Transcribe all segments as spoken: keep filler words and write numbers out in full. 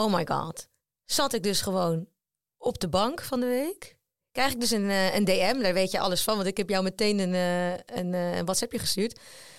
oh my god, zat ik dus gewoon op de bank van de week. Krijg ik dus een, uh, een D M, daar weet je alles van, want ik heb jou meteen een, uh, een, uh, een WhatsAppje gestuurd.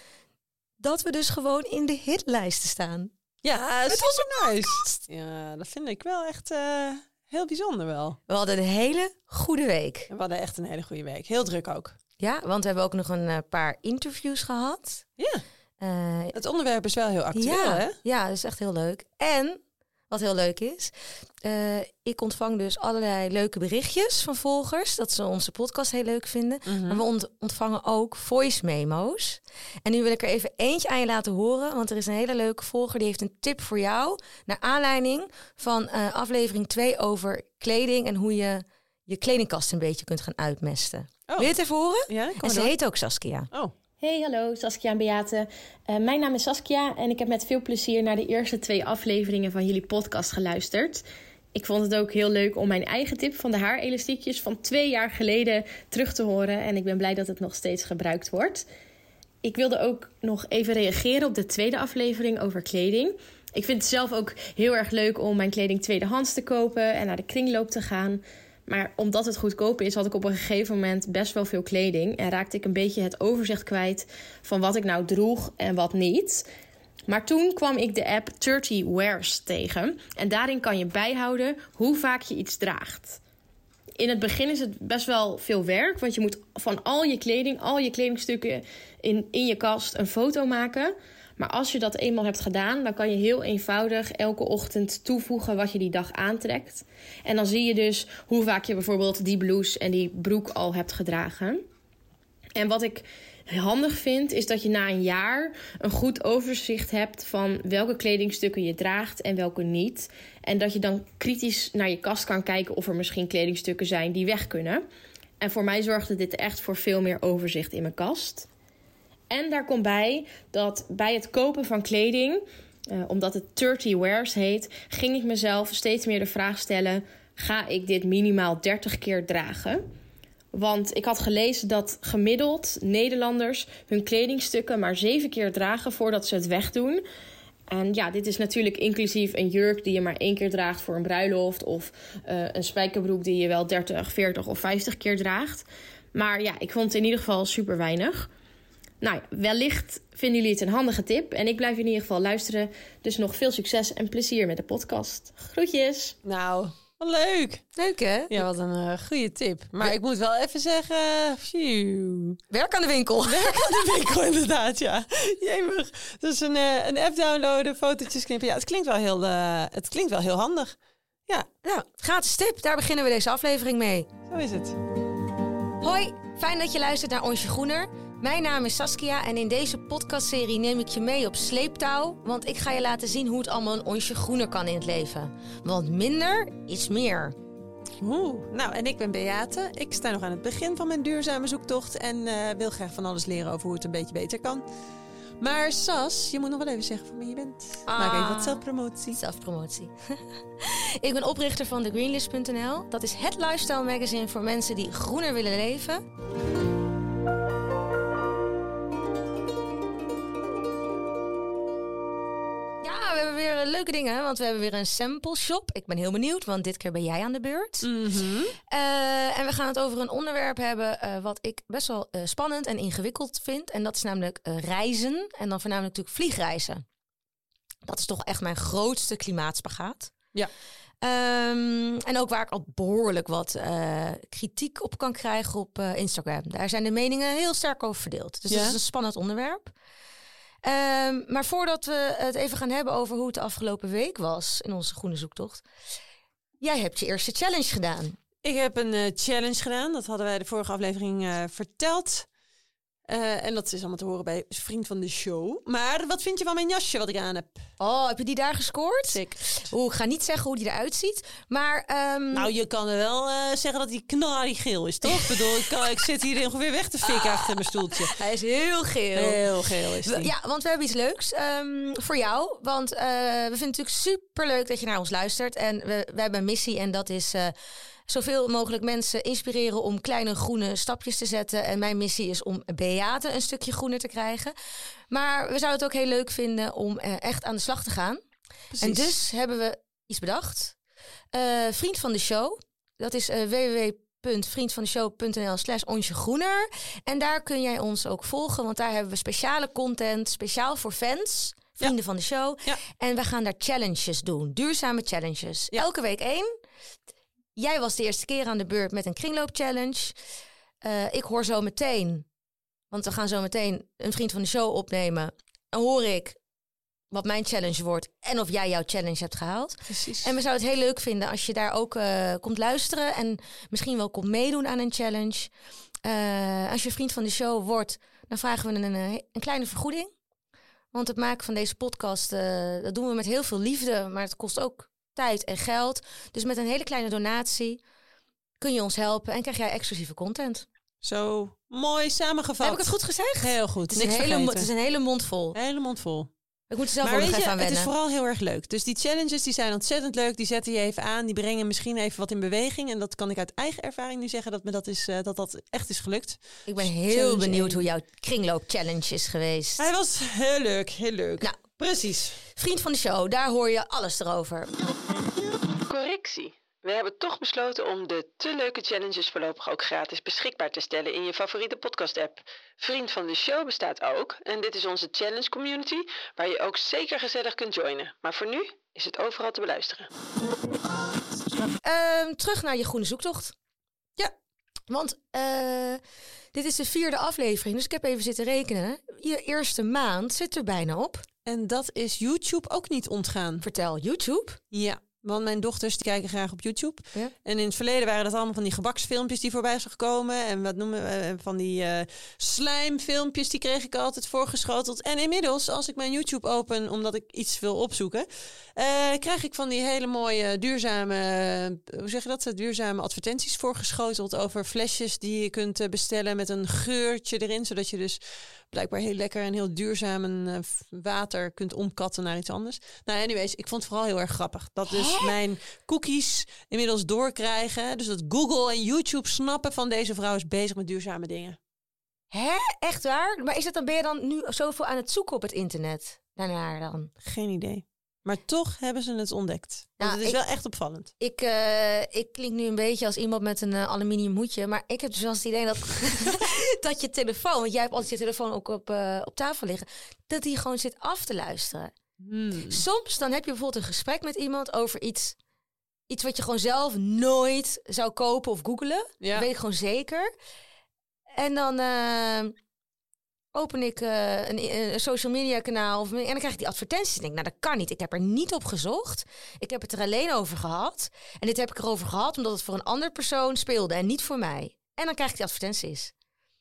Dat we dus gewoon in de hitlijsten staan. Ja, dat was zo nice. Ja, dat vind ik wel echt uh, heel bijzonder wel. We hadden een hele goede week. We hadden echt een hele goede week. Heel druk ook. Ja, want we hebben ook nog een uh, paar interviews gehad. Ja, uh, het onderwerp is wel heel actueel, ja, hè? Ja, dat is echt heel leuk. En wat heel leuk is, uh, ik ontvang dus allerlei leuke berichtjes van volgers, dat ze onze podcast heel leuk vinden. Mm-hmm. Maar we ont- ontvangen ook voice memo's. En nu wil ik er even eentje aan je laten horen, want er is een hele leuke volger die heeft een tip voor jou, naar aanleiding van uh, aflevering twee over kleding en hoe je je kledingkast een beetje kunt gaan uitmesten. Oh. Wil je het even horen? Ja, en ze door. heet ook Saskia. Oh. Hey, hallo, Saskia en Beate. Uh, mijn naam is Saskia en ik heb met veel plezier naar de eerste twee afleveringen van jullie podcast geluisterd. Ik vond het ook heel leuk om mijn eigen tip van de haarelastiekjes van twee jaar geleden terug te horen. En ik ben blij dat het nog steeds gebruikt wordt. Ik wilde ook nog even reageren op de tweede aflevering over kleding. Ik vind het zelf ook heel erg leuk om mijn kleding tweedehands te kopen en naar de kringloop te gaan. Maar omdat het goedkoop is, had ik op een gegeven moment best wel veel kleding. En raakte ik een beetje het overzicht kwijt van wat ik nou droeg en wat niet. Maar toen kwam ik de app dertig Wears tegen. En daarin kan je bijhouden hoe vaak je iets draagt. In het begin is het best wel veel werk. Want je moet van al je kleding, al je kledingstukken in, in je kast een foto maken. Maar als je dat eenmaal hebt gedaan, dan kan je heel eenvoudig elke ochtend toevoegen wat je die dag aantrekt. En dan zie je dus hoe vaak je bijvoorbeeld die blouse en die broek al hebt gedragen. En wat ik handig vind, is dat je na een jaar een goed overzicht hebt van welke kledingstukken je draagt en welke niet. En dat je dan kritisch naar je kast kan kijken of er misschien kledingstukken zijn die weg kunnen. En voor mij zorgde dit echt voor veel meer overzicht in mijn kast. En daar komt bij dat bij het kopen van kleding, uh, omdat het dertig Wears heet, ging ik mezelf steeds meer de vraag stellen, ga ik dit minimaal dertig keer dragen? Want ik had gelezen dat gemiddeld Nederlanders hun kledingstukken maar zeven keer dragen voordat ze het wegdoen. En ja, dit is natuurlijk inclusief een jurk die je maar één keer draagt voor een bruiloft, of uh, een spijkerbroek die je wel dertig, veertig of vijftig keer draagt. Maar ja, ik vond het in ieder geval super weinig. Nou ja, wellicht vinden jullie het een handige tip. En ik blijf in ieder geval luisteren. Dus nog veel succes en plezier met de podcast. Groetjes. Nou, wat leuk. Leuk hè? Ja, wat een uh, goede tip. Maar ja. Ik moet wel even zeggen, phew. Werk aan de winkel. Werk aan de winkel, inderdaad, ja. Jemig. Dus een, uh, een app downloaden, fotootjes knippen. Ja, het klinkt wel heel, uh, het klinkt wel heel handig. Ja. Ja, gratis tip. Daar beginnen we deze aflevering mee. Zo is het. Hoi, fijn dat je luistert naar Onsje Groener. Mijn naam is Saskia en in deze podcastserie neem ik je mee op sleeptouw. Want ik ga je laten zien hoe het allemaal een onsje groener kan in het leven. Want minder is meer. Oeh, nou, en ik ben Beate. Ik sta nog aan het begin van mijn duurzame zoektocht en uh, wil graag van alles leren over hoe het een beetje beter kan. Maar Sas, je moet nog wel even zeggen van wie je bent. Ah, Maak even wat zelfpromotie. Zelfpromotie. Ik ben oprichter van the greenlist punt n l. Dat is het lifestyle magazine voor mensen die groener willen leven. Ja, we hebben weer leuke dingen, want we hebben weer een sample shop. Ik ben heel benieuwd, want dit keer ben jij aan de beurt. Mm-hmm. Uh, en we gaan het over een onderwerp hebben uh, wat ik best wel uh, spannend en ingewikkeld vind. En dat is namelijk uh, reizen en dan voornamelijk natuurlijk vliegreizen. Dat is toch echt mijn grootste klimaatspagaat. Ja. Um, en ook waar ik al behoorlijk wat uh, kritiek op kan krijgen op uh, Instagram. Daar zijn de meningen heel sterk over verdeeld. Dus ja? Dat is een spannend onderwerp. Um, maar voordat we het even gaan hebben over hoe het de afgelopen week was in onze groene zoektocht. Jij hebt je eerste challenge gedaan. Ik heb een uh, challenge gedaan. Dat hadden wij de vorige aflevering uh, verteld. Uh, en dat is allemaal te horen bij Vriend van de Show. Maar wat vind je van mijn jasje wat ik aan heb? Oh, heb je die daar gescoord? Zeker. Oeh, ik ga niet zeggen hoe die eruit ziet. Maar, um... nou, je kan er wel uh, zeggen dat hij knalgeel is, toch? Ik bedoel, ik, kan, ik zit hier ongeveer weg te fikken ah, achter mijn stoeltje. Hij is heel geel. Heel geel is hij. Ja, want we hebben iets leuks um, voor jou. Want uh, we vinden het natuurlijk superleuk dat je naar ons luistert. En we, we hebben een missie en dat is... Uh, zoveel mogelijk mensen inspireren om kleine groene stapjes te zetten. En mijn missie is om Beate een stukje groener te krijgen. Maar we zouden het ook heel leuk vinden om uh, echt aan de slag te gaan. Precies. En dus hebben we iets bedacht. Uh, vriend van de show. Dat is uh, w w w punt vriendvandeshow punt n l slash onsje groener. En daar kun jij ons ook volgen. Want daar hebben we speciale content. Speciaal voor fans. Vrienden ja. van de show. Ja. En we gaan daar challenges doen. Duurzame challenges. Ja. Elke week één. Jij was de eerste keer aan de beurt met een kringloop-challenge. Uh, ik hoor zo meteen, want we gaan zo meteen een vriend van de show opnemen. Dan hoor ik wat mijn challenge wordt en of jij jouw challenge hebt gehaald. Precies. En we zouden het heel leuk vinden als je daar ook uh, komt luisteren en misschien wel komt meedoen aan een challenge. Uh, als je vriend van de show wordt, dan vragen we een, een, een kleine vergoeding. Want het maken van deze podcast, uh, dat doen we met heel veel liefde, maar het kost ook tijd en geld. Dus met een hele kleine donatie kun je ons helpen en krijg jij exclusieve content. Zo mooi samengevat. Heb ik het goed gezegd? Heel goed. Het is, Niks een, hele, vergeten. het is een hele mond vol. Hele mond vol. Ik moet er zelf maar ook nog weet even je, aan wennen. het is vooral heel erg leuk. Dus die challenges die zijn ontzettend leuk. Die zetten je even aan. Die brengen misschien even wat in beweging. En dat kan ik uit eigen ervaring nu zeggen dat me dat, is, uh, dat, dat echt is gelukt. Ik ben heel challenge benieuwd één. Hoe jouw kringloop-challenge is geweest. Hij was heel leuk, heel leuk. Nou, precies. Vriend van de show, daar hoor je alles erover. Correctie. We hebben toch besloten om de te leuke challenges voorlopig ook gratis beschikbaar te stellen in je favoriete podcast-app. Vriend van de show bestaat ook en dit is onze challenge community waar je ook zeker gezellig kunt joinen. Maar voor nu is het overal te beluisteren. Uh, terug naar je groene zoektocht. Ja. Want uh, dit is de vierde aflevering, dus ik heb even zitten rekenen. Je eerste maand zit er bijna op. En dat is YouTube ook niet ontgaan. Vertel, YouTube? Ja. Want mijn dochters die kijken graag op YouTube. Ja. En in het verleden waren dat allemaal van die gebaksfilmpjes die voorbij zijn gekomen. En wat noemen we van die uh, slijmfilmpjes, die kreeg ik altijd voorgeschoteld. En inmiddels, als ik mijn YouTube open, omdat ik iets wil opzoeken, uh, krijg ik van die hele mooie duurzame, uh, hoe zeg je dat? Duurzame advertenties voorgeschoteld over flesjes die je kunt uh, bestellen met een geurtje erin. Zodat je dus blijkbaar heel lekker en heel duurzaam een uh, water kunt omkatten naar iets anders. Nou, anyways, ik vond het vooral heel erg grappig. Dat dus Hè? Mijn cookies inmiddels doorkrijgen. Dus dat Google en YouTube snappen van deze vrouw is bezig met duurzame dingen. Hè? Echt waar? Maar is het dan, ben je dan nu zoveel aan het zoeken op het internet daarnaar dan? Geen idee. Maar toch hebben ze het ontdekt. Want ja, het is ik, wel echt opvallend. Ik, uh, ik klink nu een beetje als iemand met een uh, aluminium hoedje. Maar ik heb dus wel eens het idee dat, dat je telefoon... Want jij hebt altijd je telefoon ook op, uh, op tafel liggen. Dat die gewoon zit af te luisteren. Hmm. Soms dan heb je bijvoorbeeld een gesprek met iemand over iets... Iets wat je gewoon zelf nooit zou kopen of googlen. Ja. Dat weet ik gewoon zeker. En dan... Uh, open ik uh, een, een social media kanaal of, en dan krijg ik die advertenties. En denk, nou, dat kan niet. Ik heb er niet op gezocht. Ik heb het er alleen over gehad. En dit heb ik erover gehad omdat het voor een andere persoon speelde en niet voor mij. En dan krijg ik die advertenties.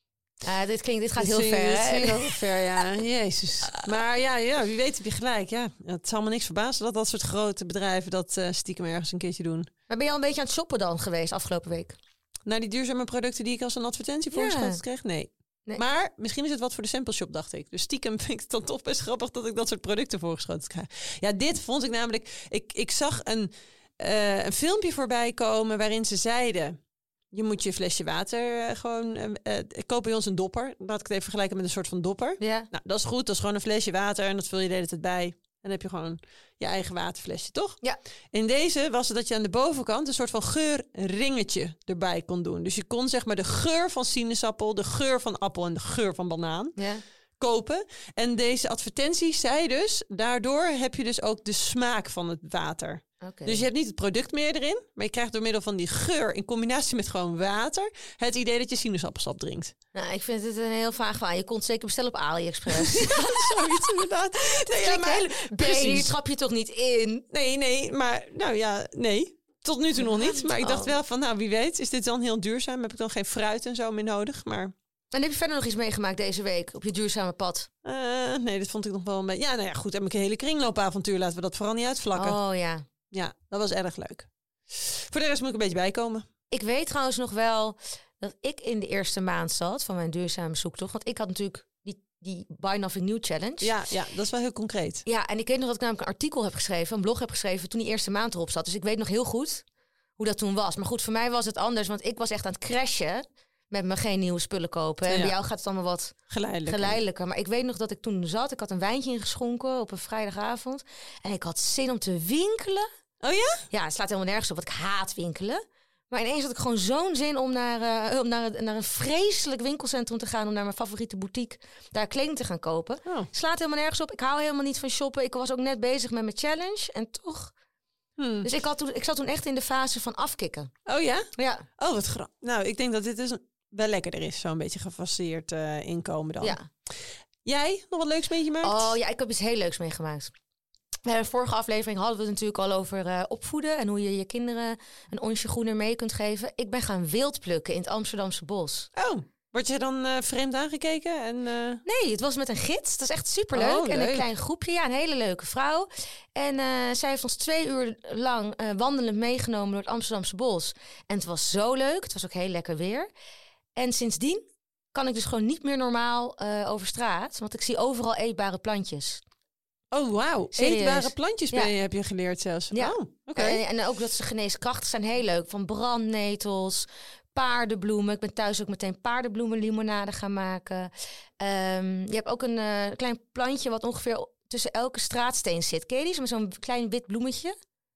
Uh, dit, klinkt, dit gaat dit heel ver. Dit hè? heel ver, ja. Jezus. Maar ja, ja, wie weet heb je gelijk. Ja. Het zal me niks verbazen dat dat soort grote bedrijven dat uh, stiekem ergens een keertje doen. Maar ben je al een beetje aan het shoppen dan geweest afgelopen week? Naar die duurzame producten die ik als een advertentie voorgeschoteld ja. kreeg? Nee. Nee. Maar misschien is het wat voor de sample shop, dacht ik. Dus stiekem vind ik het dan toch best grappig dat ik dat soort producten voorgeschoten krijg. Ja, dit vond ik namelijk... Ik, ik zag een, uh, een filmpje voorbij komen waarin ze zeiden... Je moet je flesje water uh, gewoon... Uh, uh, koop bij ons een dopper. Laat ik het even vergelijken met een soort van dopper. Ja. Nou, dat is goed. Dat is gewoon een flesje water en dat vul je de hele tijd bij. En dan heb je gewoon je eigen waterflesje, toch? Ja. In deze was het dat je aan de bovenkant een soort van geurringetje erbij kon doen. Dus je kon zeg maar de geur van sinaasappel, de geur van appel en de geur van banaan ja. kopen. En deze advertentie zei dus, daardoor heb je dus ook de smaak van het water. Okay. Dus je hebt niet het product meer erin, maar je krijgt door middel van die geur in combinatie met gewoon water het idee dat je sinaasappelsap drinkt. Nou, ik vind het een heel vaag verhaal. Je kon het zeker bestellen op AliExpress. Ja, zoiets inderdaad. Nee, ja, maar hele... hier trap je toch niet in? Nee, nee, maar nou ja, nee. Tot nu toe nog niet. Maar ik dacht wel van, nou wie weet, is dit dan heel duurzaam? Heb ik dan geen fruit en zo meer nodig? Maar... En heb je verder nog iets meegemaakt deze week op je duurzame pad? Uh, nee, dat vond ik nog wel een beetje... Ja, nou ja, goed, heb ik een hele kringloopavontuur. Laten we dat vooral niet uitvlakken. Oh ja. Ja, dat was erg leuk. Voor de rest moet ik een beetje bijkomen. Ik weet trouwens nog wel dat ik in de eerste maand zat van mijn duurzame zoektocht. Want ik had natuurlijk die, die Buy Nothing New Challenge. Ja, ja, dat is wel heel concreet. Ja, en ik weet nog dat ik namelijk een artikel heb geschreven, een blog heb geschreven toen die eerste maand erop zat. Dus ik weet nog heel goed hoe dat toen was. Maar goed, voor mij was het anders, want ik was echt aan het crashen met me geen nieuwe spullen kopen. En ja. bij jou gaat het allemaal wat geleidelijker. geleidelijker. Maar ik weet nog dat ik toen zat, ik had een wijntje ingeschonken op een vrijdagavond. En ik had zin om te winkelen. Oh ja? Ja, het slaat helemaal nergens op, want ik haat winkelen. Maar ineens had ik gewoon zo'n zin om naar, uh, om naar, naar een vreselijk winkelcentrum te gaan... om naar mijn favoriete boutique daar kleding te gaan kopen. Oh. Slaat helemaal nergens op. Ik hou helemaal niet van shoppen. Ik was ook net bezig met mijn challenge en toch... Hmm. Dus ik, had toen, ik zat toen echt in de fase van afkicken. Oh ja? Ja. Oh, wat grappig. Nou, ik denk dat dit dus wel lekkerder is. Zo'n beetje gefaseerd uh, inkomen dan. Ja. Jij? Nog wat leuks meegemaakt? Oh ja, ik heb iets heel leuks meegemaakt. In de vorige aflevering hadden we het natuurlijk al over uh, opvoeden... en hoe je je kinderen een onsje groener mee kunt geven. Ik ben gaan wildplukken in het Amsterdamse bos. Oh, word je dan uh, vreemd aangekeken? En, uh... Nee, het was met een gids. Dat is echt superleuk. Oh, en leuk. een klein groepje. Ja, een hele leuke vrouw. En uh, zij heeft ons twee uur lang uh, wandelend meegenomen door het Amsterdamse bos. En het was zo leuk. Het was ook heel lekker weer. En sindsdien kan ik dus gewoon niet meer normaal uh, over straat. Want ik zie overal eetbare plantjes. Oh, wauw. Serieus? Eetbare plantjes ben je, Ja. heb je geleerd zelfs. Ja. Oh, oké. Okay. En, en ook dat ze geneeskrachtig zijn, heel leuk. Van brandnetels, paardenbloemen. Ik ben thuis ook meteen paardenbloemenlimonade gaan maken. Um, je hebt ook een uh, klein plantje wat ongeveer tussen elke straatsteen zit. Ken je die? Met zo'n klein wit bloemetje.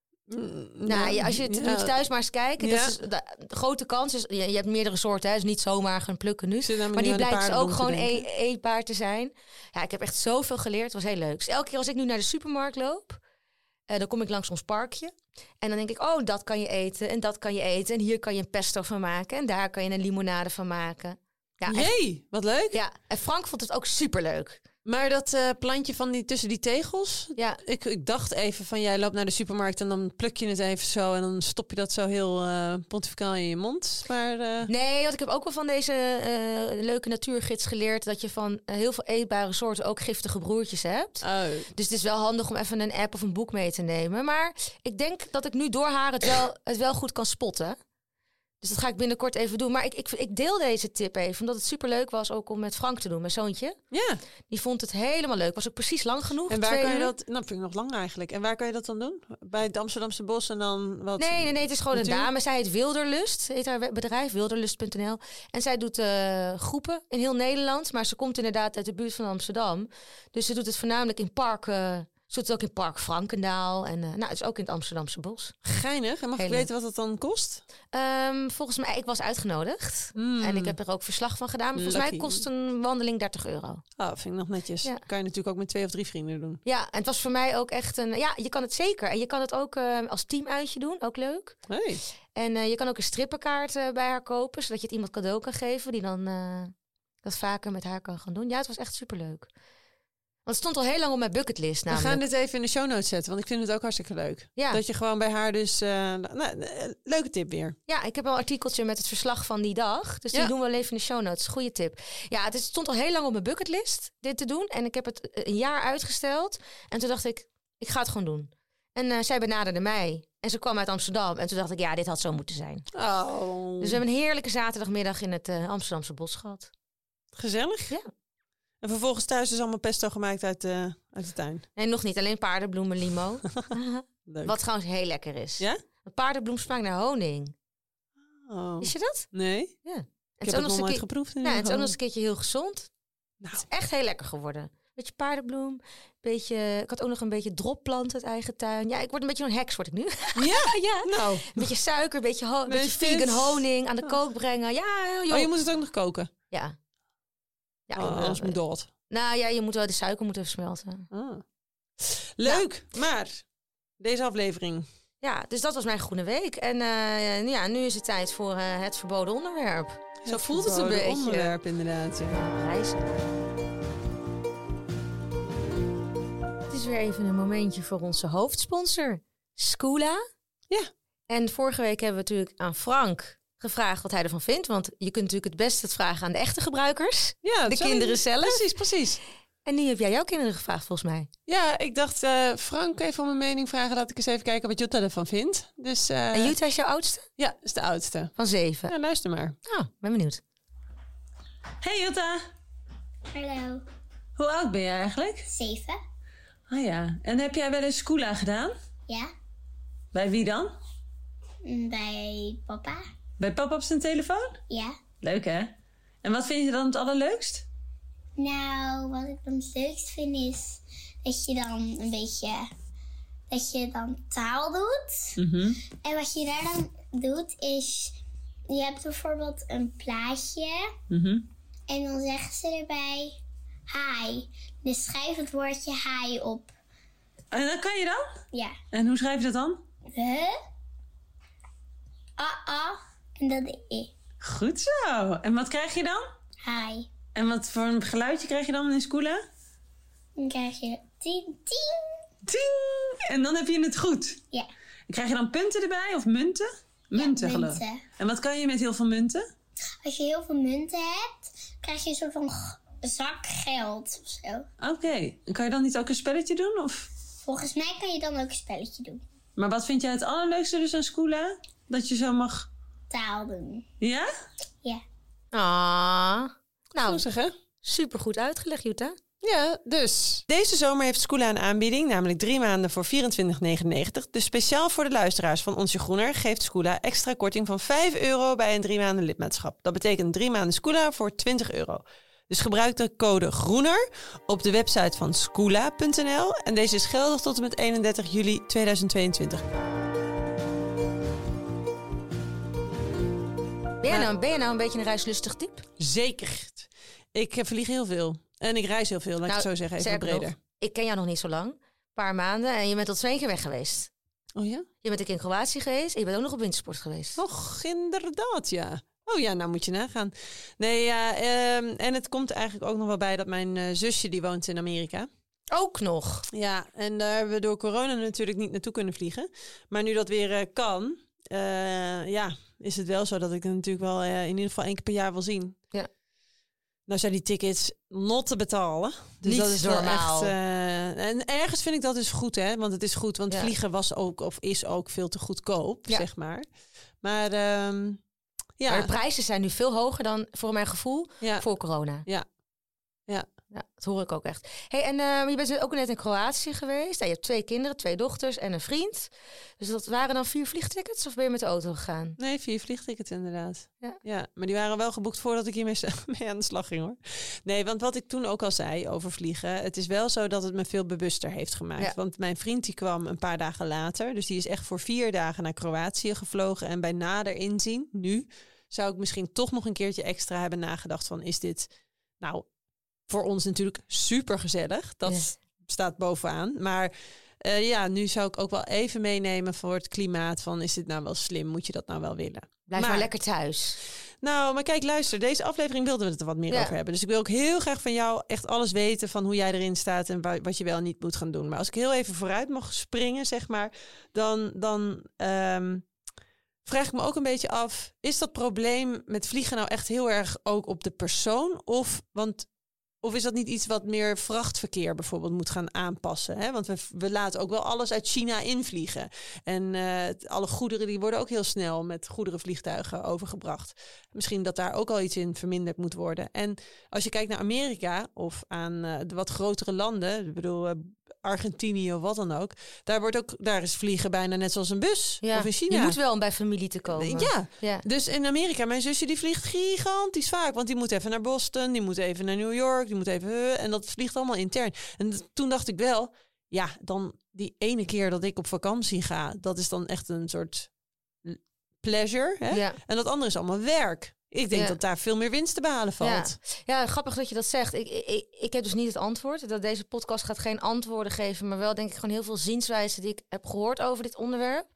Mm, Nou, ja, als je het ja. moet je thuis maar eens kijken. Ja. Dat is, de, de grote kans is, je, je hebt meerdere soorten, hè, dus niet zomaar gaan plukken nu. Zit nou Maar nu die aan de blijkt dus ook paardenbloem gewoon te e- denken. eetbaar te zijn. Ja, ik heb echt zoveel geleerd. Het was heel leuk. Dus elke keer als ik nu naar de supermarkt loop, uh, dan kom ik langs ons parkje. En dan denk ik, oh, dat kan je eten en dat kan je eten. En hier kan je een pesto van maken. En daar kan je een limonade van maken. Ja, en, Jee, wat leuk. ja, en Frank vond het ook superleuk. Maar dat uh, plantje van die, tussen die tegels... Ja. Ik, ik dacht even van, jij loopt naar de supermarkt... en dan pluk je het even zo... en dan stop je dat zo heel uh, pontificaal in je mond. Maar, uh... Nee, want ik heb ook wel van deze uh, leuke natuurgids geleerd... dat je van uh, heel veel eetbare soorten ook giftige broertjes hebt. Oh. Dus het is wel handig om even een app of een boek mee te nemen. Maar ik denk dat ik nu door haar het wel, het wel goed kan spotten. Dus dat ga ik binnenkort even doen. Maar ik, ik, ik deel deze tip even, omdat het superleuk was ook om met Frank te doen, mijn zoontje. Ja. Die vond het helemaal leuk. Was ook precies lang genoeg. En waar twee kan je uur. dat... Nou, vind ik nog lang eigenlijk. En waar kan je dat dan doen? Bij het Amsterdamse bos en dan wat? Nee, nee, nee, het is gewoon Natuur? een dame. Zij heet Wilderlust, heet haar bedrijf, wilderlust punt n l. En zij doet uh, groepen in heel Nederland, maar ze komt inderdaad uit de buurt van Amsterdam. Dus ze doet het voornamelijk in parken. Ze doet het ook in Park Frankendaal. En uh, nou, het is ook in het Amsterdamse bos. Geinig. En mag Heel ik weten wat het dan kost? Um, volgens mij, ik was uitgenodigd. Mm. En ik heb er ook verslag van gedaan. Maar volgens Lucky. mij kost een wandeling dertig euro. Oh, vind ik nog netjes. Ja. Kan je natuurlijk ook met twee of drie vrienden doen. Ja, en het was voor mij ook echt een... Ja, je kan het zeker. En je kan het ook uh, als teamuitje doen. Ook leuk. Hey. En uh, je kan ook een strippenkaart uh, bij haar kopen. Zodat je het iemand cadeau kan geven. Die dan uh, dat vaker met haar kan gaan doen. Ja, het was echt superleuk. Want het stond al heel lang op mijn bucketlist We namelijk. gaan dit even in de show notes zetten, want ik vind het ook hartstikke leuk. Ja. Dat je gewoon bij haar dus... Uh, nou, uh, leuke tip weer. Ja, ik heb wel een artikeltje met het verslag van die dag. Dus Ja. die doen we wel even in de show notes. Goeie tip. Ja, het is- stond al heel lang op mijn bucketlist, dit te doen. En ik heb het een jaar uitgesteld. En toen dacht ik, ik ga het gewoon doen. En uh, zij benaderde mij. En ze kwam uit Amsterdam. En toen dacht ik, ja, dit had zo moeten zijn. Oh, Dus we hebben een heerlijke zaterdagmiddag in het uh, Amsterdamse bos gehad. gezellig. Ja. En vervolgens thuis is allemaal pesto gemaakt uit de, uit de tuin. Nee, nog niet. Alleen paardenbloemen limo. Leuk. Wat trouwens heel lekker is. Ja? Een paardenbloem smaakt naar honing. Oh. Wist je dat? Nee, Ja. ik Het heb is het ook nog nog eens een nooit keer- geproefd. in Nou, het ieder is ook nog geval. eens een keertje heel gezond. Nou, Het is echt heel lekker geworden. Beetje paardenbloem. Beetje, ik had ook nog een beetje dropplant uit eigen tuin. Ja, ik word een beetje zo'n heks, word ik nu. ja? ja. Nou, Een beetje suiker, een beetje, ho- een Nee, beetje vind- vegan honing aan de kook brengen. Ja, joh. oh, je moet het ook nog koken. Ja. Ja, Oh, joh, anders eh, moet dood. nou ja, je moet wel de suiker moeten versmelten. Ah. Leuk, maar deze aflevering. Ja, dus dat was mijn groene week. En uh, ja, nu is het tijd voor uh, het verboden onderwerp. Zo Het voelt het een verboden beetje. onderwerp inderdaad. Ja. Reizen. Het is weer even een momentje voor onze hoofdsponsor, Scoola. Ja. En vorige week hebben we natuurlijk aan Frank gevraagd wat hij ervan vindt. Want je kunt natuurlijk het beste het vragen aan de echte gebruikers. Ja, De zo- kinderen zelf. Precies, precies. En nu heb jij jouw kinderen gevraagd volgens mij. Ja, ik dacht uh, Frank even om mijn mening vragen. Laat ik eens even kijken wat Jutta ervan vindt. Dus, uh, En Jutta is jouw oudste? Ja, is de oudste. Van zeven. Ja, luister maar. Nou, ben benieuwd. Hey Jutta, Hallo. hoe oud ben je eigenlijk? Zeven? Oh ja, en heb jij wel eens Scoola gedaan? Ja. Bij wie dan? Mm, Bij papa? Bij papa op zijn telefoon? Ja. Leuk hè? En wat vind je dan het allerleukst? Nou, wat ik dan het leukst vind is dat je dan een beetje dat je dan taal doet. Mhm. En wat je daar dan doet is... Je hebt bijvoorbeeld een plaatje. Mhm. En dan zeggen ze erbij... Hi. Dus schrijf het woordje hi op. En dan kan je dan? Ja. En hoe schrijf je dat dan? Huh? Ah, ah. En dan de i. Goed zo. En wat krijg je dan? Hi. En wat voor een geluidje krijg je dan in Scoola? Dan krijg je tien, tien. Ting! En dan heb je het goed. Ja. Krijg je dan punten erbij of munten? Munten, Ja, geloof ik. munten. En wat kan je met heel veel munten? Als je heel veel munten hebt, krijg je een soort van g- zak geld of zo. Oké. En kan je dan niet ook een spelletje doen? Of? Volgens mij kan je dan ook een spelletje doen. Maar wat vind jij het allerleukste dus aan Scoola? Dat je zo mag... Taal doen. Ja? Ja. Ah, nou, Goed zeg, hè? supergoed uitgelegd, Jutta. Ja, dus. Deze zomer heeft Scoola een aanbieding, namelijk drie maanden voor vierentwintig negenennegentig. Dus speciaal voor de luisteraars van Onsje Groener geeft Scoola extra korting van vijf euro bij een drie maanden lidmaatschap. Dat betekent drie maanden Scoola voor twintig euro. Dus gebruik de code GROENER op de website van scoola punt n l. En deze is geldig tot en met eenendertig juli tweeduizend tweeëntwintig. Ben jij, nou, ben jij nou een beetje een reislustig type? Zeker. Ik eh, vlieg heel veel. En ik reis heel veel, laat ik het zo zeggen, even wat sterker breder. nog, ik ken jou nog niet zo lang. Een paar maanden en je bent tot twee keer weg geweest. Oh ja? Je bent ook in Kroatië geweest en je bent ook nog op wintersport geweest. Och, inderdaad, ja. Oh ja, nou moet je nagaan. Nee, ja, ehm, en het komt eigenlijk ook nog wel bij dat mijn eh, zusje, die woont in Amerika. Ook nog. Ja, en daar hebben we door corona natuurlijk niet naartoe kunnen vliegen. Maar nu dat weer eh, kan, eh, ja, is het wel zo dat ik het natuurlijk wel eh, in ieder geval één keer per jaar wil zien. Ja. Nou zijn die tickets not te betalen. Dus Niet dat is wel normaal. echt. eh, en ergens vind ik dat dus goed, hè? Want het is goed, want Ja. vliegen was ook of is ook veel te goedkoop, Ja. zeg maar. Maar ehm, ja, Maar de prijzen zijn nu veel hoger dan, voor mijn gevoel, ja, voor corona. ja, ja. Ja, dat hoor ik ook echt. Hey, en eh, je bent dus ook net in Kroatië geweest. Ja, je hebt twee kinderen, twee dochters en een vriend. Dus dat waren dan vier vliegtickets of ben je met de auto gegaan? Nee, vier vliegtickets inderdaad. Ja. Ja, maar die waren wel geboekt voordat ik hiermee mee aan de slag ging, hoor. Nee, want wat ik toen ook al zei over vliegen, het is wel zo dat het me veel bewuster heeft gemaakt. Ja. Want mijn vriend die kwam een paar dagen later, dus die is echt voor vier dagen naar Kroatië gevlogen. En bij nader inzien, nu, zou ik misschien toch nog een keertje extra hebben nagedacht van, is dit nou voor ons natuurlijk super gezellig. Dat Yes. staat bovenaan. Maar uh, ja, nu zou ik ook wel even meenemen voor het klimaat van, is dit nou wel slim? Moet je dat nou wel willen? Blijf maar, Maar- lekker thuis. Nou, maar kijk, luister. Deze aflevering wilden we het er wat meer Ja. over hebben. Dus ik wil ook heel graag van jou echt alles weten van hoe jij erin staat en wa- wat je wel en niet moet gaan doen. Maar als ik heel even vooruit mag springen, zeg maar, dan, dan ehm, vraag ik me ook een beetje af, is dat probleem met vliegen nou echt heel erg ook op de persoon? Of, want, of is dat niet iets wat meer vrachtverkeer bijvoorbeeld moet gaan aanpassen? Hè? Want we, we laten ook wel alles uit China invliegen. En eh, het- alle goederen die worden ook heel snel met goederenvliegtuigen overgebracht. Misschien dat daar ook al iets in verminderd moet worden. En als je kijkt naar Amerika of aan eh, de wat grotere landen, ik bedoel eh, Argentinië of wat dan ook, daar wordt ook daar is vliegen bijna net zoals een bus. Ja. Of in China. Je moet wel om bij familie te komen. Ja, Ja. dus in Amerika, mijn zusje die vliegt gigantisch vaak. Want die moet even naar Boston, die moet even naar New York, die moet even... uh, en dat vliegt allemaal intern. En d- toen dacht ik wel, ja, dan die ene keer dat ik op vakantie ga, dat is dan echt een soort pleasure. Hè? Ja. En dat andere is allemaal werk. Ik denk Ja. dat daar veel meer winst te behalen valt. Ja. ja, grappig dat je dat zegt. Ik, ik, ik heb dus niet het antwoord. Dat deze podcast gaat geen antwoorden geven, maar wel denk ik gewoon heel veel zienswijzen die ik heb gehoord over dit onderwerp.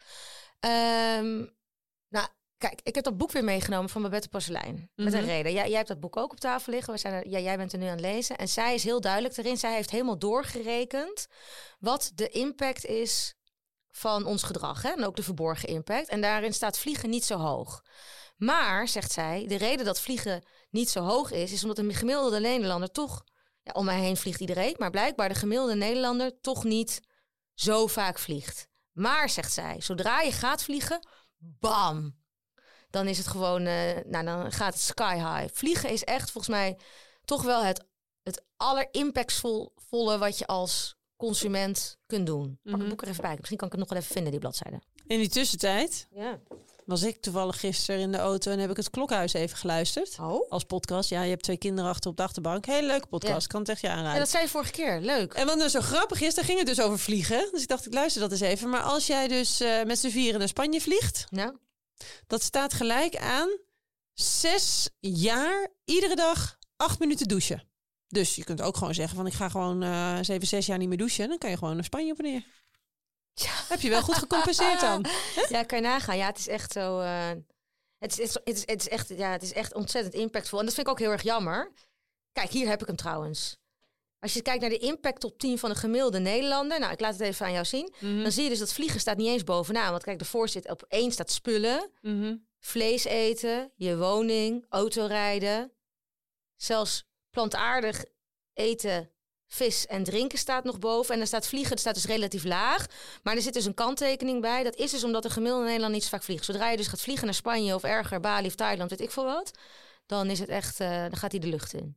Ehm, nou, kijk, ik heb dat boek weer meegenomen van Babette Porcelein. Met een Mhm. reden. Jij, jij hebt dat boek ook op tafel liggen. We zijn er, ja, jij bent er nu aan het lezen. En zij is heel duidelijk erin. Zij heeft helemaal doorgerekend wat de impact is van ons gedrag. Hè? En ook de verborgen impact. En daarin staat vliegen niet zo hoog. Maar, zegt zij, de reden dat vliegen niet zo hoog is, is omdat een gemiddelde Nederlander toch, ja, om mij heen vliegt iedereen, maar blijkbaar de gemiddelde Nederlander toch niet zo vaak vliegt. Maar, zegt zij, zodra je gaat vliegen, bam, dan is het gewoon, uh, nou, dan gaat het sky high. Vliegen is echt volgens mij toch wel het, het allerimpactvolle wat je als consument kunt doen. Pak Mhm. het boek er even bij. Misschien kan ik het nog wel even vinden, die bladzijde. In die tussentijd Ja. was ik toevallig gisteren in de auto en heb ik het Klokhuis even geluisterd. Oh. Als podcast. Ja, je hebt twee kinderen achter op de achterbank. Hele leuke podcast. Ja. Kan het echt je aanraden. Ja, dat zei je vorige keer. Leuk. En wat nou zo grappig is, daar ging het dus over vliegen. Dus ik dacht, ik luister dat eens even. Maar als jij dus uh, met z'n vieren naar Spanje vliegt, Nou? dat staat gelijk aan zes jaar, iedere dag acht minuten douchen. Dus je kunt ook gewoon zeggen van ik ga gewoon uh, zeven, zes jaar niet meer douchen. Dan kan je gewoon naar Spanje op en neer. Ja. Heb je wel goed gecompenseerd dan? Ja, kan je nagaan. Ja, het is echt zo... Uh, het, is, het, is, het, is, het, is echt, ja, het is echt ontzettend impactvol. En dat vind ik ook heel erg jammer. Kijk, hier heb ik hem trouwens. Als je kijkt naar de impact top tien van de gemiddelde Nederlander... Nou, ik laat het even aan jou zien. Mm-hmm. Dan zie je dus dat vliegen staat niet eens bovenaan. Want kijk, ervoor zit op één staat spullen. Mm-hmm. Vlees eten, je woning, autorijden. Zelfs plantaardig eten, vis en drinken staat nog boven. En dan staat vliegen, dat staat dus relatief laag. Maar er zit dus een kanttekening bij. Dat is dus omdat de gemiddelde Nederlander niet zo vaak vliegt. Zodra je dus gaat vliegen naar Spanje of erger, Bali of Thailand, weet ik veel wat. Dan is het echt, uh, dan gaat hij de lucht in.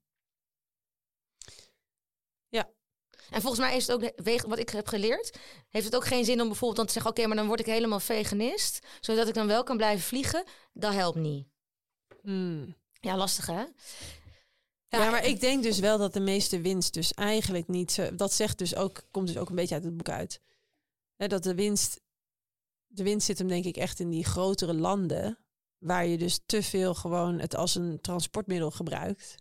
Ja. En volgens mij is het ook, wat ik heb geleerd, heeft het ook geen zin om bijvoorbeeld dan te zeggen, oké, okay, maar dan word ik helemaal veganist, zodat ik dan wel kan blijven vliegen. Dat helpt niet. Hmm. Ja, lastig hè? Ja, maar ik denk dus wel dat de meeste winst dus eigenlijk niet... Zo, dat zegt dus ook, komt dus ook een beetje uit het boek uit. He, dat de winst... De winst zit hem denk ik echt in die grotere landen... waar je dus te veel gewoon het als een transportmiddel gebruikt.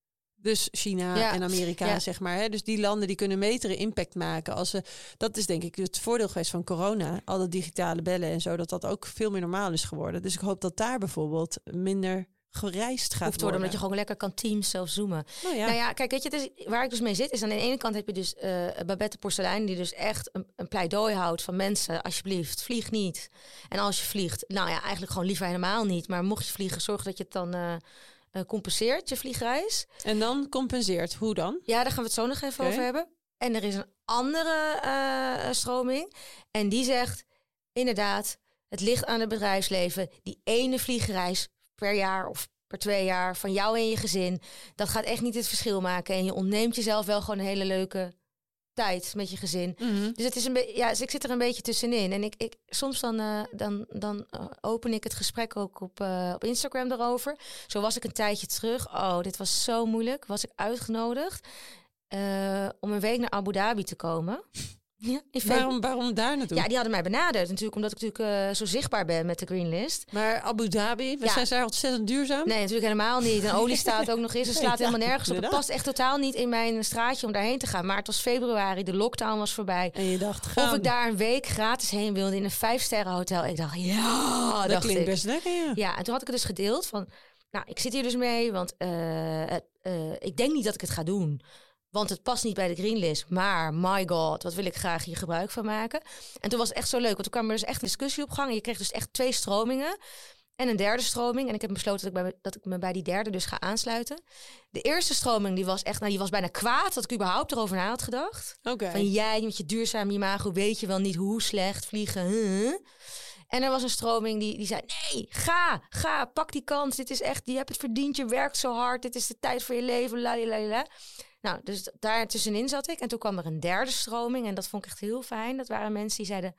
Dus China ja. en Amerika, ja. zeg maar. Hè? Dus die landen die kunnen betere impact maken. Als ze, dat is denk ik het voordeel geweest van corona. Al dat digitale bellen en zo, dat dat ook veel meer normaal is geworden. Dus ik hoop dat daar bijvoorbeeld minder... gereisd gaat Hoeft worden. Omdat je gewoon lekker kan teams zelf zoomen. Nou ja, nou ja kijk, weet je, het is, waar ik dus mee zit, is aan de ene kant heb je dus uh, Babette Porcelein, die dus echt een, een pleidooi houdt van mensen, alsjeblieft, vlieg niet. En als je vliegt, nou ja, eigenlijk gewoon liever helemaal niet. Maar mocht je vliegen, zorg dat je het dan uh, uh, compenseert, je vliegreis. En dan compenseert, hoe dan? Ja, daar gaan we het zo nog even okay. over hebben. En er is een andere uh, stroming. En die zegt, inderdaad, het ligt aan het bedrijfsleven. Die ene vliegreis per jaar of per twee jaar van jou en je gezin. Dat gaat echt niet het verschil maken. En je ontneemt jezelf wel gewoon een hele leuke tijd met je gezin. Mm-hmm. Dus het is een beetje, ja, dus ik zit er een beetje tussenin. En ik, ik soms dan, uh, dan, dan uh, open ik het gesprek ook op, uh, op Instagram daarover. Zo was ik een tijdje terug. Oh, dit was zo moeilijk. Was ik uitgenodigd uh, om een week naar Abu Dhabi te komen. Ja, waarom, waarom daar naartoe? Ja, die hadden mij benaderd natuurlijk, omdat ik natuurlijk uh, zo zichtbaar ben met de Greenlist. Maar Abu Dhabi, we ja. zijn daar ontzettend duurzaam? Nee, natuurlijk helemaal niet. En olie staat ook nog eens. Het slaat helemaal nergens op. Het past echt totaal niet in mijn straatje om daarheen te gaan. Maar het was februari, de lockdown was voorbij. En je dacht, gaan. Of ik daar een week gratis heen wilde in een vijfsterren hotel. Ik dacht, ja, dat dacht klinkt ik. best lekker, ja. Ja, en toen had ik het dus gedeeld van, nou, ik zit hier dus mee, want uh, uh, ik denk niet dat ik het ga doen. Want het past niet bij de Greenlist. Maar, my god, wat wil ik graag hier gebruik van maken. En toen was het echt zo leuk. Want toen kwam er dus echt een discussie op gang. En je kreeg dus echt twee stromingen. En een derde stroming. En ik heb besloten dat ik, bij, dat ik me bij die derde dus ga aansluiten. De eerste stroming, die was echt, nou, die was bijna kwaad dat ik überhaupt erover na had gedacht. Okay. Van jij met je duurzaam imago weet je wel niet hoe slecht vliegen. Huh? En er was een stroming die, die zei, nee, ga, ga, pak die kans. Dit is echt, je hebt het verdiend, je werkt zo hard. Dit is de tijd voor je leven, la. Nou, dus daar tussenin zat ik. En toen kwam er een derde stroming. En dat vond ik echt heel fijn. Dat waren mensen die zeiden,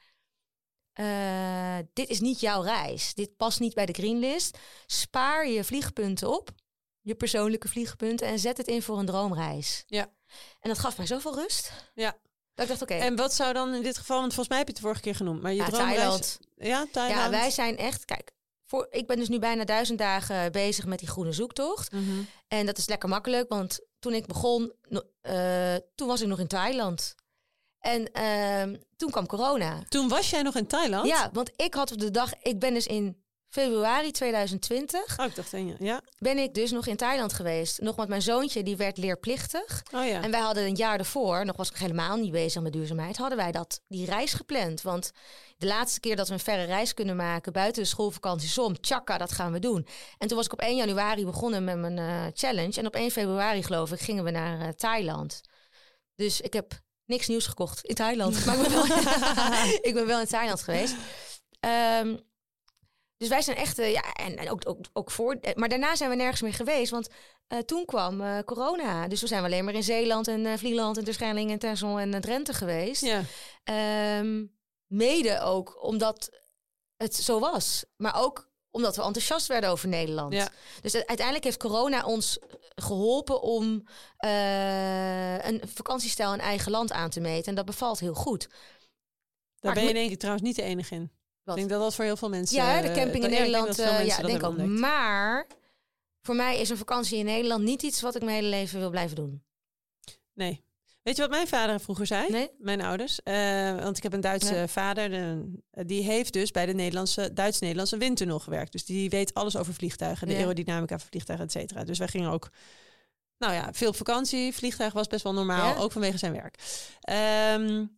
uh, dit is niet jouw reis. Dit past niet bij de Greenlist. Spaar je vliegpunten op. Je persoonlijke vliegpunten. En zet het in voor een droomreis. Ja. En dat gaf mij zoveel rust. Ja. Dat ik dacht, oké. Okay. En wat zou dan in dit geval, want volgens mij heb je het de vorige keer genoemd. Maar je ja, droomreis... Thailand. Ja, Thailand. Ja, wij zijn echt, kijk. Voor, ik ben dus nu bijna duizend dagen bezig met die groene zoektocht. Mm-hmm. En dat is lekker makkelijk, want toen ik begon, uh, toen was ik nog in Thailand. En uh, toen kwam corona. Toen was jij nog in Thailand? Ja, want ik had op de dag, ik ben dus in februari tweeduizend twintig. Oh, ik dacht, ja. Ben ik dus nog in Thailand geweest. Nog met mijn zoontje, die werd leerplichtig. Oh ja. En wij hadden een jaar ervoor, nog was ik helemaal niet bezig met duurzaamheid, hadden wij dat, die reis gepland. Want de laatste keer dat we een verre reis kunnen maken buiten de schoolvakantie om, tjaka, dat gaan we doen. En toen was ik op één januari begonnen met mijn uh, challenge. En op één februari, geloof ik, gingen we naar uh, Thailand. Dus ik heb niks nieuws gekocht in Thailand. Maar ik ben wel, ik ben wel in Thailand geweest. Um, Dus wij zijn echt, uh, ja, en, en ook, ook, ook voor. Maar daarna zijn we nergens meer geweest, want uh, toen kwam uh, corona. Dus toen zijn we alleen maar in Zeeland en uh, Vlieland en Terschelling en Texel en uh, Drenthe geweest. Ja. Um, mede ook omdat het zo was. Maar ook omdat we enthousiast werden over Nederland. Ja. Dus uiteindelijk heeft corona ons geholpen om uh, een vakantiestijl in eigen land aan te meten. En dat bevalt heel goed. Daar ben je denk ik trouwens niet de enige in. Wat? Ik denk dat dat voor heel veel mensen... Ja, de camping in Nederland, uh, uh, ja, denk ook. Ontdekt. Maar voor mij is een vakantie in Nederland niet iets wat ik mijn hele leven wil blijven doen. Nee. Weet je wat mijn vader vroeger zei? Nee? Mijn ouders. Uh, want ik heb een Duitse nee. vader. De, die heeft dus bij de Nederlandse, Duits-Nederlandse windtunnel gewerkt. Dus die weet alles over vliegtuigen. De ja. aerodynamica van vliegtuigen, et cetera. Dus wij gingen ook... Nou ja, veel op vakantie. Vliegtuig was best wel normaal. Ja? Ook vanwege zijn werk. Um,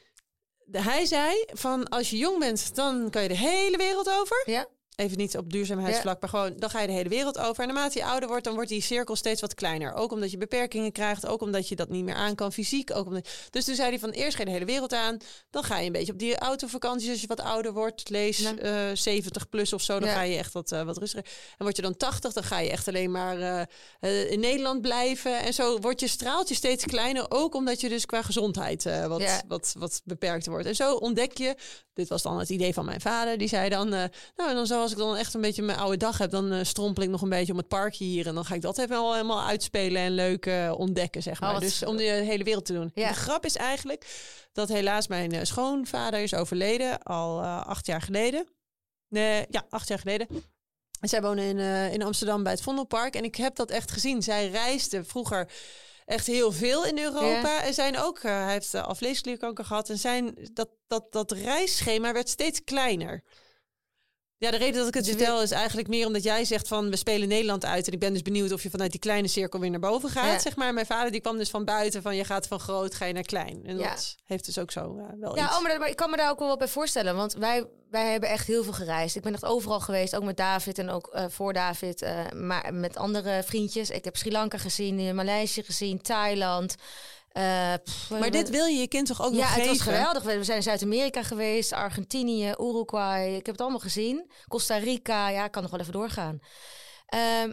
de, hij zei van als je jong bent, dan kan je de hele wereld over. Ja. Even niet op duurzaamheidsvlak, ja. maar gewoon, dan ga je de hele wereld over. En naarmate je ouder wordt, dan wordt die cirkel steeds wat kleiner. Ook omdat je beperkingen krijgt, ook omdat je dat niet meer aan kan fysiek. Ook omdat... Dus toen zei hij van, eerst ga je de hele wereld aan. Dan ga je een beetje op die autovakanties als je wat ouder wordt. Lees ja. uh, zeventig plus of zo, dan ja. ga je echt wat, uh, wat rustiger. En word je dan tachtig, dan ga je echt alleen maar uh, uh, in Nederland blijven. En zo wordt je straaltje steeds kleiner. Ook omdat je dus qua gezondheid uh, wat, ja. wat, wat beperkt wordt. En zo ontdek je, dit was dan het idee van mijn vader. Die zei dan, uh, nou dan zo als ik dan echt een beetje mijn oude dag heb, dan uh, strompel ik nog een beetje om het parkje hier. En dan ga ik dat even al helemaal uitspelen en leuk uh, ontdekken, zeg maar. Oh, dus om de hele wereld te doen. Ja. De grap is eigenlijk dat helaas mijn uh, schoonvader is overleden, al uh, acht jaar geleden. Nee, ja, acht jaar geleden. En zij wonen in, uh, in Amsterdam bij het Vondelpark. En ik heb dat echt gezien. Zij reisde vroeger echt heel veel in Europa. Ja. En zijn ook, uh, hij heeft uh, al vleesklierkanker gehad. En zijn, dat, dat, dat reisschema werd steeds kleiner. Ja, de reden dat ik het vertel is eigenlijk meer omdat jij zegt van we spelen Nederland uit. En ik ben dus benieuwd of je vanuit die kleine cirkel weer naar boven gaat. Ja. Zeg maar, mijn vader die kwam dus van buiten van je gaat van groot, ga je naar klein. En ja. dat heeft dus ook zo uh, wel ja, iets. Oh, maar, dat, maar ik kan me daar ook wel wat bij voorstellen. Want wij, wij hebben echt heel veel gereisd. Ik ben echt overal geweest, ook met David en ook uh, voor David. Uh, maar met andere vriendjes. Ik heb Sri Lanka gezien, Maleisië gezien, Thailand. Uh, pff, maar dit wil je je kind toch ook ja, nog geven? Ja, het was geweldig. We zijn in Zuid-Amerika geweest, Argentinië, Uruguay. Ik heb het allemaal gezien. Costa Rica, ja, ik kan nog wel even doorgaan. Uh,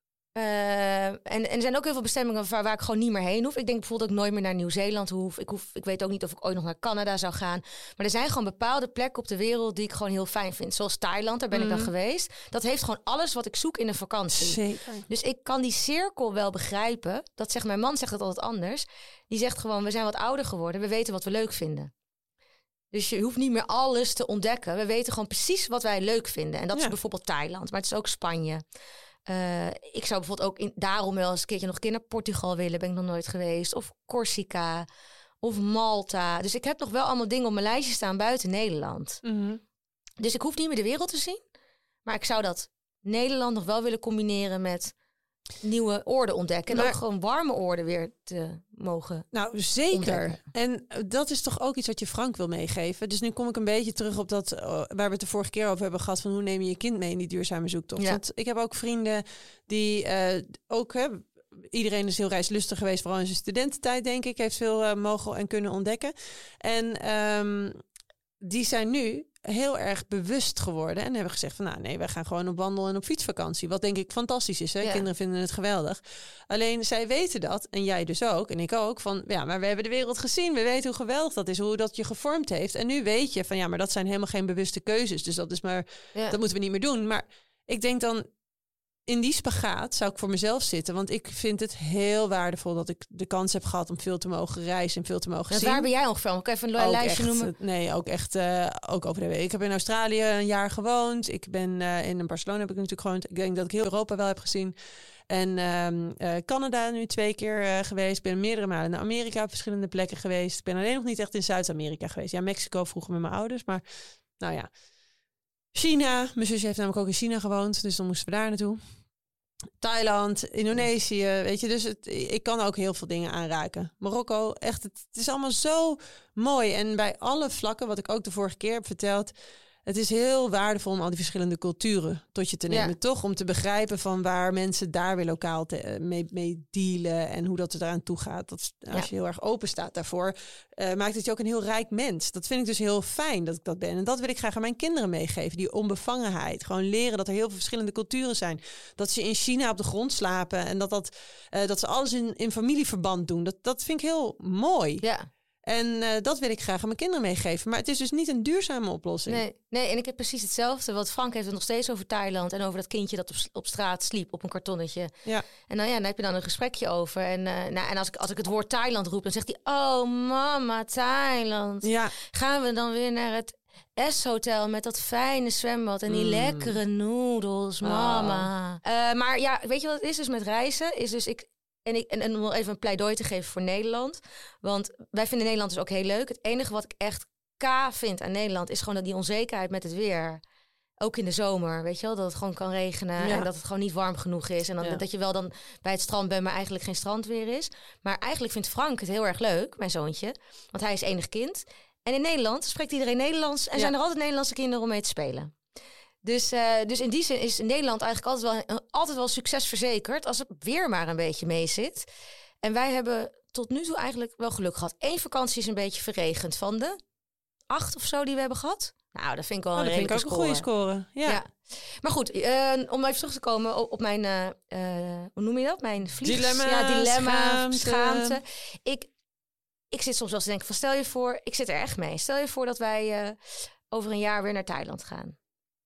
uh, en, en er zijn ook heel veel bestemmingen waar, waar ik gewoon niet meer heen hoef. Ik denk bijvoorbeeld dat ik nooit meer naar Nieuw-Zeeland hoef. Ik, hoef. ik weet ook niet of ik ooit nog naar Canada zou gaan. Maar er zijn gewoon bepaalde plekken op de wereld die ik gewoon heel fijn vind. Zoals Thailand, daar ben mm. ik dan geweest. Dat heeft gewoon alles wat ik zoek in een vakantie. Zeker. Dus ik kan die cirkel wel begrijpen. Dat zegt mijn man, zegt dat altijd anders. Die zegt gewoon, we zijn wat ouder geworden. We weten wat we leuk vinden. Dus je hoeft niet meer alles te ontdekken. We weten gewoon precies wat wij leuk vinden. En dat ja. is bijvoorbeeld Thailand, maar het is ook Spanje. Uh, ik zou bijvoorbeeld ook in, daarom wel eens een keertje nog een keer naar Portugal willen. Ben ik nog nooit geweest. Of Corsica. Of Malta. Dus ik heb nog wel allemaal dingen op mijn lijstje staan buiten Nederland. Mm-hmm. Dus ik hoef niet meer de wereld te zien. Maar ik zou dat Nederland nog wel willen combineren met nieuwe oorden ontdekken. En maar, ook gewoon warme oorden weer te mogen Nou, zeker. ontdekken. En dat is toch ook iets wat je Frank wil meegeven. Dus nu kom ik een beetje terug op dat, uh, waar we het de vorige keer over hebben gehad, van hoe neem je je kind mee in die duurzame zoektocht. Ja. Want ik heb ook vrienden die uh, ook... Hè, iedereen is heel reislustig geweest, vooral in zijn studententijd, denk ik. Heeft veel uh, mogen en kunnen ontdekken. En um, die zijn nu heel erg bewust geworden en hebben gezegd van nou nee, wij gaan gewoon op wandel- en op fietsvakantie. Wat denk ik fantastisch is. Hè? Ja. Kinderen vinden het geweldig. Alleen zij weten dat, en jij dus ook, en ik ook, van ja, maar we hebben de wereld gezien. We weten hoe geweldig dat is, hoe dat je gevormd heeft. En nu weet je van ja, maar dat zijn helemaal geen bewuste keuzes. Dus dat is maar, ja. dat moeten we niet meer doen. Maar ik denk dan, in die spagaat zou ik voor mezelf zitten. Want ik vind het heel waardevol dat ik de kans heb gehad om veel te mogen reizen en veel te mogen en zien. Waar ben jij ongeveer? Kan ik even een lijstje echt, noemen? Nee, ook echt uh, ook over de week. Ik heb in Australië een jaar gewoond. Ik ben uh, in Barcelona heb ik natuurlijk gewoond. Ik denk dat ik heel Europa wel heb gezien. En um, uh, Canada nu twee keer uh, geweest. Ik ben meerdere malen naar Amerika op verschillende plekken geweest. Ik ben alleen nog niet echt in Zuid-Amerika geweest. Ja, Mexico vroeger met mijn ouders. Maar nou ja. China. Mijn zusje heeft namelijk ook in China gewoond. Dus dan moesten we daar naartoe. Thailand, Indonesië, weet je. Dus het, ik kan ook heel veel dingen aanraken. Marokko, echt, het, het is allemaal zo mooi. En bij alle vlakken, wat ik ook de vorige keer heb verteld, het is heel waardevol om al die verschillende culturen tot je te nemen. Ja. Toch? Om te begrijpen van waar mensen daar weer lokaal te, mee, mee dealen en hoe dat er eraan toe gaat. Dat, als ja. je heel erg open staat daarvoor, uh, maakt het je ook een heel rijk mens. Dat vind ik dus heel fijn dat ik dat ben. En dat wil ik graag aan mijn kinderen meegeven. Die onbevangenheid. Gewoon leren dat er heel veel verschillende culturen zijn. Dat ze in China op de grond slapen en dat, dat, uh, dat ze alles in, in familieverband doen. Dat, dat vind ik heel mooi. Ja. En uh, dat wil ik graag aan mijn kinderen meegeven. Maar het is dus niet een duurzame oplossing. Nee, nee, en ik heb precies hetzelfde. Want Frank heeft het nog steeds over Thailand. En over dat kindje dat op, op straat sliep op een kartonnetje. Ja. En dan, ja, dan heb je dan een gesprekje over. En, uh, nou, en als, ik, als ik het woord Thailand roep, dan zegt hij... Oh, mama, Thailand. Ja. Gaan we dan weer naar het S-hotel met dat fijne zwembad en die mm. lekkere noedels, mama. Oh. Uh, maar ja, weet je wat het is dus met reizen? Is dus ik... En, ik, en, en om even een pleidooi te geven voor Nederland. Want wij vinden Nederland dus ook heel leuk. Het enige wat ik echt k vind aan Nederland... is gewoon dat die onzekerheid met het weer. Ook in de zomer, weet je wel. Dat het gewoon kan regenen ja. en dat het gewoon niet warm genoeg is. En dan, ja. dat je wel dan bij het strand bent, maar eigenlijk geen strandweer is. Maar eigenlijk vindt Frank het heel erg leuk, mijn zoontje. Want hij is enig kind. En in Nederland spreekt iedereen Nederlands. En ja. zijn er altijd Nederlandse kinderen om mee te spelen. Dus, uh, dus in die zin is Nederland eigenlijk altijd wel, altijd wel succes verzekerd... als het weer maar een beetje mee zit. En wij hebben tot nu toe eigenlijk wel geluk gehad. Eén vakantie is een beetje verregend van de acht of zo die we hebben gehad. Nou, dat vind ik wel oh, een redelijke score. Dat vind ik ook een goede score, ja. ja. Maar goed, uh, om even terug te komen op, op mijn... Uh, uh, hoe noem je dat? Mijn vliegs... Dilemma, ja, dilemma, schaamte. schaamte. Ik, ik zit soms wel eens te denken van stel je voor... Ik zit er echt mee. Stel je voor dat wij uh, over een jaar weer naar Thailand gaan.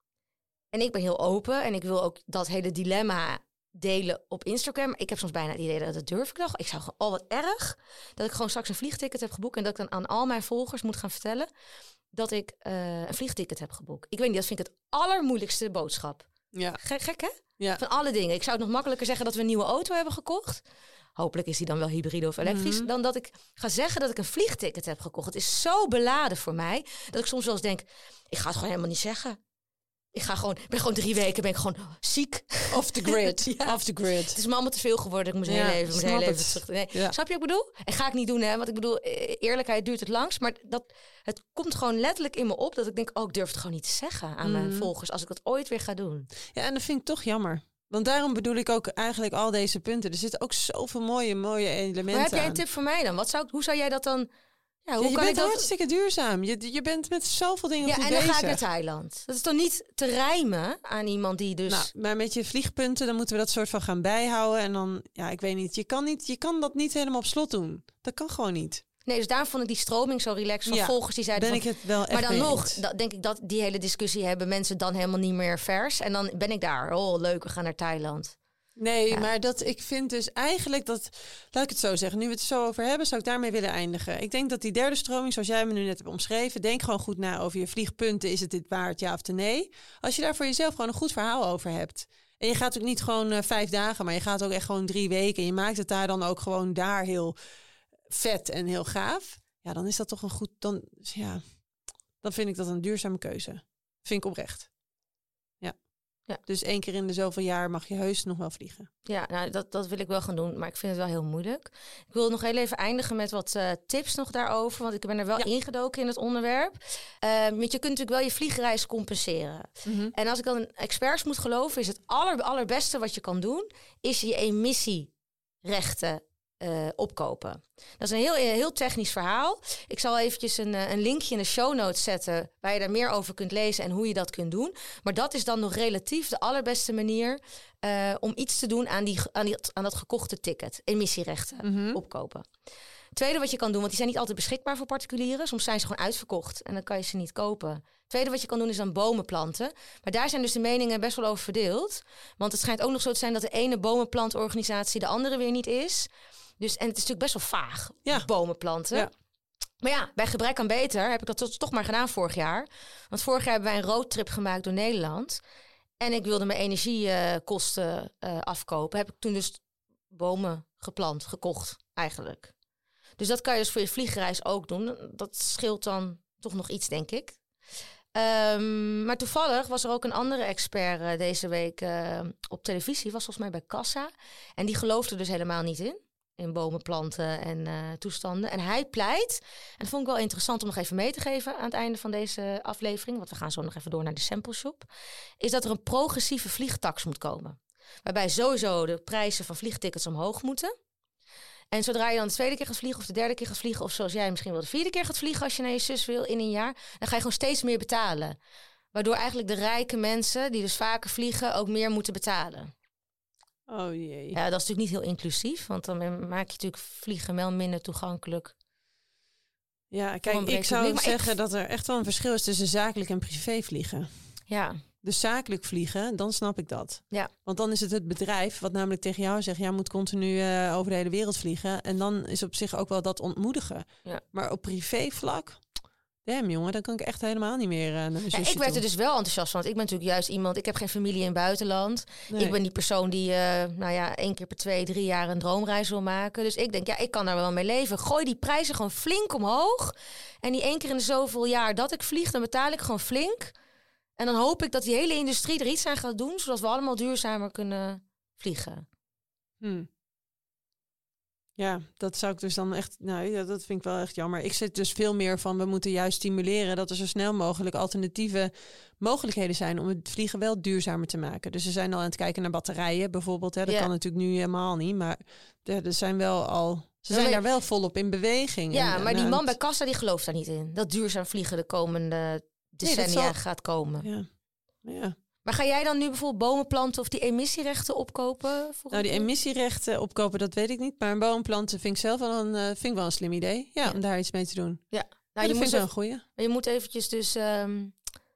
En ik ben heel open en ik wil ook dat hele dilemma delen op Instagram. Maar ik heb soms bijna het idee dat het durf ik nog. Ik zou gewoon, oh wat erg, dat ik gewoon straks een vliegticket heb geboekt... en dat ik dan aan al mijn volgers moet gaan vertellen dat ik uh, een vliegticket heb geboekt. Ik weet niet, dat vind ik het allermoeilijkste boodschap. Ja. Gek, gek hè? Ja. Van alle dingen. Ik zou het nog makkelijker zeggen dat we een nieuwe auto hebben gekocht. Hopelijk is die dan wel hybride of elektrisch. Mm-hmm. Dan dat ik ga zeggen dat ik een vliegticket heb gekocht. Het is zo beladen voor mij dat ik soms wel eens denk... ik ga het gewoon helemaal niet zeggen. Ik ga gewoon, ben gewoon drie weken ben ik gewoon ziek. Off the grid. ja. Off the grid. Het is me allemaal te veel geworden. Ik moet heel ja, even, moet heel even terug. Nee. Ja. Snap je wat ik bedoel? En ga ik niet doen, hè? Want ik bedoel, eerlijkheid duurt het langst. Maar dat, het komt gewoon letterlijk in me op dat ik denk, oh, ik durf het gewoon niet te zeggen aan mm. mijn volgers als ik dat ooit weer ga doen. Ja, en dat vind ik toch jammer. Want daarom bedoel ik ook eigenlijk al deze punten. Er zitten ook zoveel mooie, mooie elementen aan. Maar heb jij een tip voor mij dan? Wat zou, hoe zou jij dat dan... Ja, hoe ja, je kan bent ik dat... hartstikke duurzaam. Je, je bent met zoveel dingen ja, goed bezig. Ja, en dan bezig. ga ik naar Thailand. Dat is toch niet te rijmen aan iemand die dus... Nou, maar met je vliegpunten, dan moeten we dat soort van gaan bijhouden. En dan, ja, ik weet niet. Je kan, niet, je kan dat niet helemaal op slot doen. Dat kan gewoon niet. Nee, dus daarom vond ik die stroming zo relaxed van ja, volgers die zeiden... ben van, ik het wel echt maar dan nog, eens. Da, denk ik dat die hele discussie hebben mensen dan helemaal niet meer vers. En dan ben ik daar. Oh, leuk, we gaan naar Thailand. Nee, ja. maar dat ik vind dus eigenlijk dat... Laat ik het zo zeggen. Nu we het zo over hebben, zou ik daarmee willen eindigen. Ik denk dat die derde stroming, zoals jij me nu net hebt omschreven... denk gewoon goed na over je vliegpunten. Is het dit waard, ja of nee? Als je daar voor jezelf gewoon een goed verhaal over hebt. En je gaat ook niet gewoon uh, vijf dagen, maar je gaat ook echt gewoon drie weken. En je maakt het daar dan ook gewoon daar heel vet en heel gaaf. Ja, dan is dat toch een goed... Dan, ja, dan vind ik dat een duurzame keuze. Vind ik oprecht. Ja. Dus één keer in de zoveel jaar mag je heus nog wel vliegen. Ja, nou, dat, dat wil ik wel gaan doen, maar ik vind het wel heel moeilijk. Ik wil nog heel even eindigen met wat uh, tips nog daarover, want ik ben er wel ja. ingedoken in het onderwerp. Uh, want je kunt natuurlijk wel je vliegreis compenseren. Mm-hmm. En als ik dan experts moet geloven, is het aller, allerbeste wat je kan doen, is je emissierechten Uh, opkopen. Dat is een heel, heel technisch verhaal. Ik zal eventjes een, een linkje in de show notes zetten waar je daar meer over kunt lezen en hoe je dat kunt doen. Maar dat is dan nog relatief de allerbeste manier uh, om iets te doen aan, die, aan, die, aan dat gekochte ticket. Emissierechten mm-hmm. opkopen. Tweede wat je kan doen, want die zijn niet altijd beschikbaar voor particulieren. Soms zijn ze gewoon uitverkocht en dan kan je ze niet kopen. Tweede wat je kan doen is dan bomen planten. Maar daar zijn dus de meningen best wel over verdeeld. Want het schijnt ook nog zo te zijn dat de ene bomenplantorganisatie de andere weer niet is. Dus, en het is natuurlijk best wel vaag, ja. bomen planten. Ja. Maar ja, bij gebrek aan beter heb ik dat toch maar gedaan vorig jaar. Want vorig jaar hebben wij een roadtrip gemaakt door Nederland. En ik wilde mijn energiekosten uh, afkopen. Heb ik toen dus bomen geplant, gekocht eigenlijk. Dus dat kan je dus voor je vliegreis ook doen. Dat scheelt dan toch nog iets, denk ik. Um, maar toevallig was er ook een andere expert uh, deze week uh, op televisie. Was volgens mij bij Kassa. En die geloofde dus helemaal niet in. In bomen planten en uh, toestanden. En hij pleit, en dat vond ik wel interessant om nog even mee te geven aan het einde van deze aflevering, want we gaan zo nog even door naar de sample shop, is dat er een progressieve vliegtax moet komen. Waarbij sowieso de prijzen van vliegtickets omhoog moeten. En zodra je dan de tweede keer gaat vliegen of de derde keer gaat vliegen, of zoals jij misschien wel de vierde keer gaat vliegen als je naar je zus wil in een jaar, dan ga je gewoon steeds meer betalen. Waardoor eigenlijk de rijke mensen, die dus vaker vliegen, ook meer moeten betalen. Oh jee. Ja, dat is natuurlijk niet heel inclusief, want dan maak je natuurlijk vliegen wel minder toegankelijk Ja, kijk, ik zou publiek, zeggen ik... dat er echt wel een verschil is tussen zakelijk en privé vliegen. Ja. Dus zakelijk vliegen, dan snap ik dat. Ja. Want dan is het het bedrijf wat namelijk tegen jou zegt... jij moet continu uh, over de hele wereld vliegen. En dan is op zich ook wel dat ontmoedigen. Ja. Maar op privévlak... Damn, jongen, dan kan ik echt helemaal niet meer uh, naar mijn zusje ja, Ik werd er dus wel enthousiast van. Want ik ben natuurlijk juist iemand... Ik heb geen familie in het buitenland. Nee. Ik ben die persoon die, uh, nou ja, één keer per twee, drie jaar een droomreis wil maken. Dus ik denk, ja, ik kan daar wel mee leven. Gooi die prijzen gewoon flink omhoog. En die één keer in de zoveel jaar dat ik vlieg, dan betaal ik gewoon flink. En dan hoop ik dat die hele industrie er iets aan gaat doen... zodat we allemaal duurzamer kunnen vliegen. Hmm. Ja, dat zou ik dus dan echt... Nou, ja, dat vind ik wel echt jammer. Ik zit dus veel meer van... we moeten juist stimuleren dat er zo snel mogelijk... alternatieve mogelijkheden zijn... om het vliegen wel duurzamer te maken. Dus ze zijn al aan het kijken naar batterijen bijvoorbeeld. Hè. Dat yeah. kan natuurlijk nu helemaal niet. Maar er zijn wel al... Ze zijn daar wel volop in beweging. Ja, en, maar die en, man bij Kassa die gelooft daar niet in. Dat duurzaam vliegen de komende decennia nee, zal... gaat komen. Ja. Ja. Maar ga jij dan nu bijvoorbeeld bomen planten of die emissierechten opkopen? Nou, die emissierechten opkopen, dat weet ik niet. Maar een boom planten vind ik zelf wel een, uh, vind ik wel een slim idee. Ja, ja, om daar iets mee te doen. Ja, nou, ja je dat moet wel een goeie. Je moet eventjes dus um,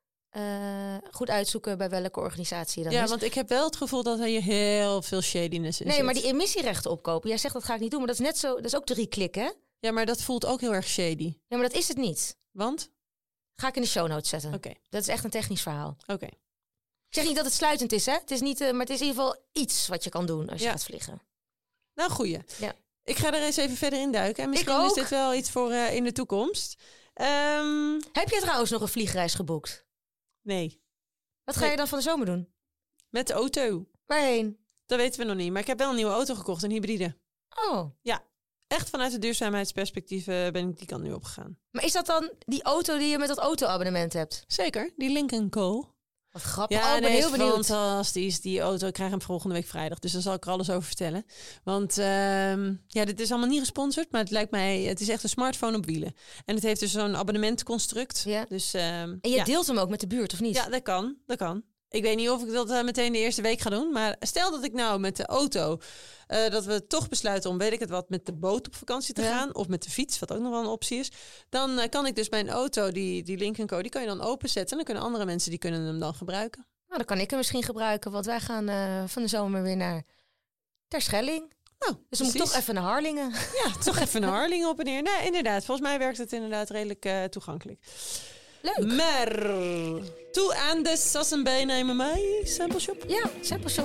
uh, goed uitzoeken bij welke organisatie dat ja, is. Want ik heb wel het gevoel dat er hier heel veel shadiness in Nee, zit. maar die emissierechten opkopen. Jij zegt dat ga ik niet doen, maar dat is net zo. Dat is ook drie klikken, hè? Ja, maar dat voelt ook heel erg shady. Ja, maar dat is het niet. Want? Ga ik in de show notes zetten. Oké. Okay. Dat is echt een technisch verhaal. Oké. Okay. Ik zeg niet dat het sluitend is, hè? Het is niet, uh, maar het is in ieder geval iets wat je kan doen als je ja. gaat vliegen. Nou, goeie. Ja. Ik ga er eens even verder in duiken. En misschien is dit wel iets voor uh, in de toekomst. Um... Heb je trouwens nog een vliegreis geboekt? Nee. Wat ga nee. je dan van de zomer doen? Met de auto. Waarheen? Dat weten we nog niet. Maar ik heb wel een nieuwe auto gekocht, een hybride. Oh. Ja. Echt vanuit het duurzaamheidsperspectief uh, ben ik die kant nu opgegaan. Maar is dat dan die auto die je met dat auto-abonnement hebt? Zeker. Die Lynk and Co. Wat grappig. Ja, oh, ik ben nee, heel benieuwd. Fantastisch. Die auto, ik krijg hem volgende week vrijdag. Dus daar zal ik er alles over vertellen. Want uh, ja, dit is allemaal niet gesponsord. Maar het lijkt mij, het is echt een smartphone op wielen. En het heeft dus zo'n abonnementconstruct. Ja. Dus, uh, en je ja. deelt hem ook met de buurt, of niet? Ja, dat kan. Dat kan. Ik weet niet of ik dat uh, meteen de eerste week ga doen. Maar stel dat ik nou met de auto... Uh, dat we toch besluiten om, weet ik het wat, met de boot op vakantie te ja. gaan. Of met de fiets, wat ook nog wel een optie is. Dan uh, kan ik dus mijn auto, die, die Lynk and Co, die kan je dan openzetten. En dan kunnen andere mensen, die kunnen hem dan gebruiken. Nou, dan kan ik hem misschien gebruiken. Want wij gaan uh, van de zomer weer naar Terschelling. Oh, dus we moeten toch even naar Harlingen. Ja, toch even naar Harlingen op en neer. Nee, inderdaad. Volgens mij werkt het inderdaad redelijk uh, toegankelijk. Leuk. Maar toe aan de Sas en B nemen mij Sample Shop. Ja, Sample Shop.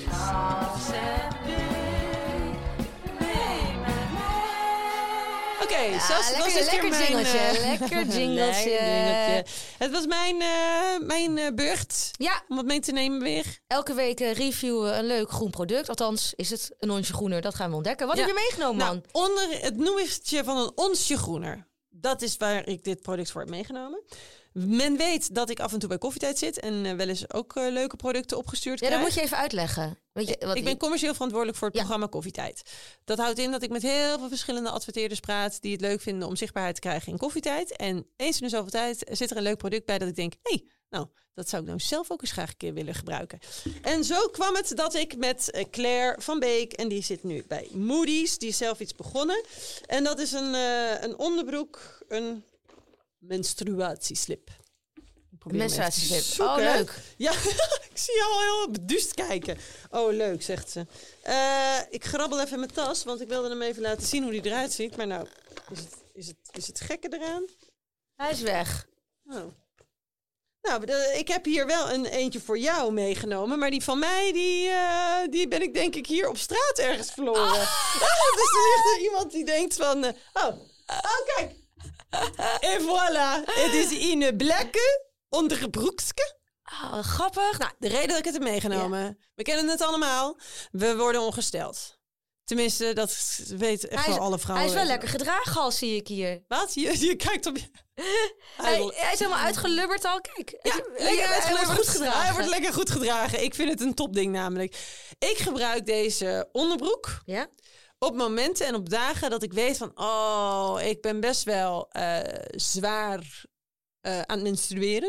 Oké, okay, ja, Sas, lekker, was dit lekker keer jingletje. Mijn, uh, lekker jingletje. jingletje. Het was mijn, uh, mijn uh, beurt ja. om wat mee te nemen weer. Elke week uh, reviewen een leuk groen product. Althans, is het een onsje groener. Dat gaan we ontdekken. Wat ja. heb je meegenomen, nou, man? Onder het noemertje van een onsje groener. Dat is waar ik dit product voor heb meegenomen. Men weet dat ik af en toe bij Koffietijd zit en uh, wel eens ook uh, leuke producten opgestuurd ja, krijg. Ja, dat moet je even uitleggen. Weet je, wat ik ben commercieel verantwoordelijk voor het ja. programma Koffietijd. Dat houdt in dat ik met heel veel verschillende adverteerders praat die het leuk vinden om zichtbaarheid te krijgen in Koffietijd. En eens in de zoveel tijd zit er een leuk product bij dat ik denk, hé, hey, nou, dat zou ik nou zelf ook eens graag een keer willen gebruiken. En zo kwam het dat ik met Claire van Beek, en die zit nu bij Moody's, die is zelf iets begonnen. En dat is een, uh, een onderbroek, een menstruatieslip. Menstruatieslip. Oh, leuk. Ja, ik zie je al heel beduust kijken. Oh, leuk, zegt ze. Uh, ik grabbel even in mijn tas, want ik wilde hem even laten zien hoe die eruit ziet. Maar nou, is het, is het, is het gekke eraan? Hij is weg. Oh. Nou, de, ik heb hier wel een eentje voor jou meegenomen. Maar die van mij, die, uh, die ben ik denk ik hier op straat ergens verloren. Oh. Ah, dus er ligt er iemand die denkt van... Uh, oh, oh, kijk. En voilà, het is in een blakke onderbroekske. Oh, grappig. Nou, de reden dat ik het heb meegenomen. Ja. We kennen het allemaal. We worden ongesteld. Tenminste, dat weten echt wel alle vrouwen. Hij is wel lekker gedragen al, zie ik hier. Wat? Je, je kijkt op je... hij, hij, hij is helemaal uitgelubberd al. Kijk. Ja, hij, lekker hij, hij wordt goed gedragen. Hij wordt lekker goed gedragen. Ik vind het een topding namelijk. Ik gebruik deze onderbroek. Ja? Op momenten en op dagen dat ik weet van... oh, ik ben best wel uh, zwaar uh, aan het menstrueren.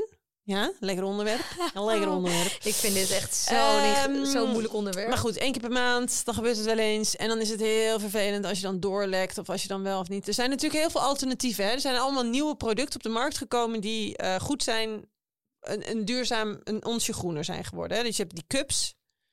Ja, lekker onderwerp. Een lekker onderwerp. Ik vind dit echt zo'n Um, zo moeilijk onderwerp. Maar goed, één keer per maand, dan gebeurt het wel eens. En dan is het heel vervelend als je dan doorlekt of als je dan wel of niet. Er zijn natuurlijk heel veel alternatieven. Hè? Er zijn allemaal nieuwe producten op de markt gekomen die uh, goed zijn, een, een duurzaam, een onsje groener zijn geworden. Hè? Dus je hebt die cups.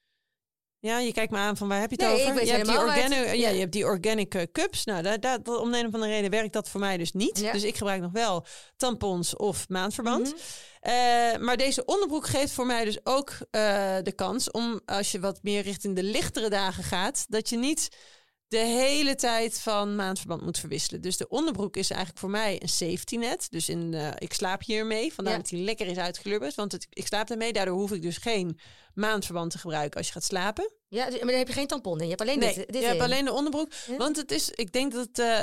Ja, je kijkt me aan van waar heb je het nee, over? Ik weet je, hebt die organic, het, ja, ja, je hebt die organic uh, cups. Nou, dat, dat, om een of andere reden werkt dat voor mij dus niet. Ja. Dus ik gebruik nog wel tampons of maandverband. Mm-hmm. Uh, maar deze onderbroek geeft voor mij dus ook uh, de kans om, als je wat meer richting de lichtere dagen gaat, dat je niet de hele tijd van maandverband moet verwisselen. Dus de onderbroek is eigenlijk voor mij een safety net. Dus in, uh, ik slaap hiermee. Vandaar ja. dat hij lekker is uitgelubberd. Want het, ik slaap ermee. Daardoor hoef ik dus geen maandverband te gebruiken als je gaat slapen. Ja, maar dan heb je geen tampon in. Je hebt alleen nee, dit, dit je hebt in. alleen de onderbroek. Ja? Want het is, ik denk dat uh,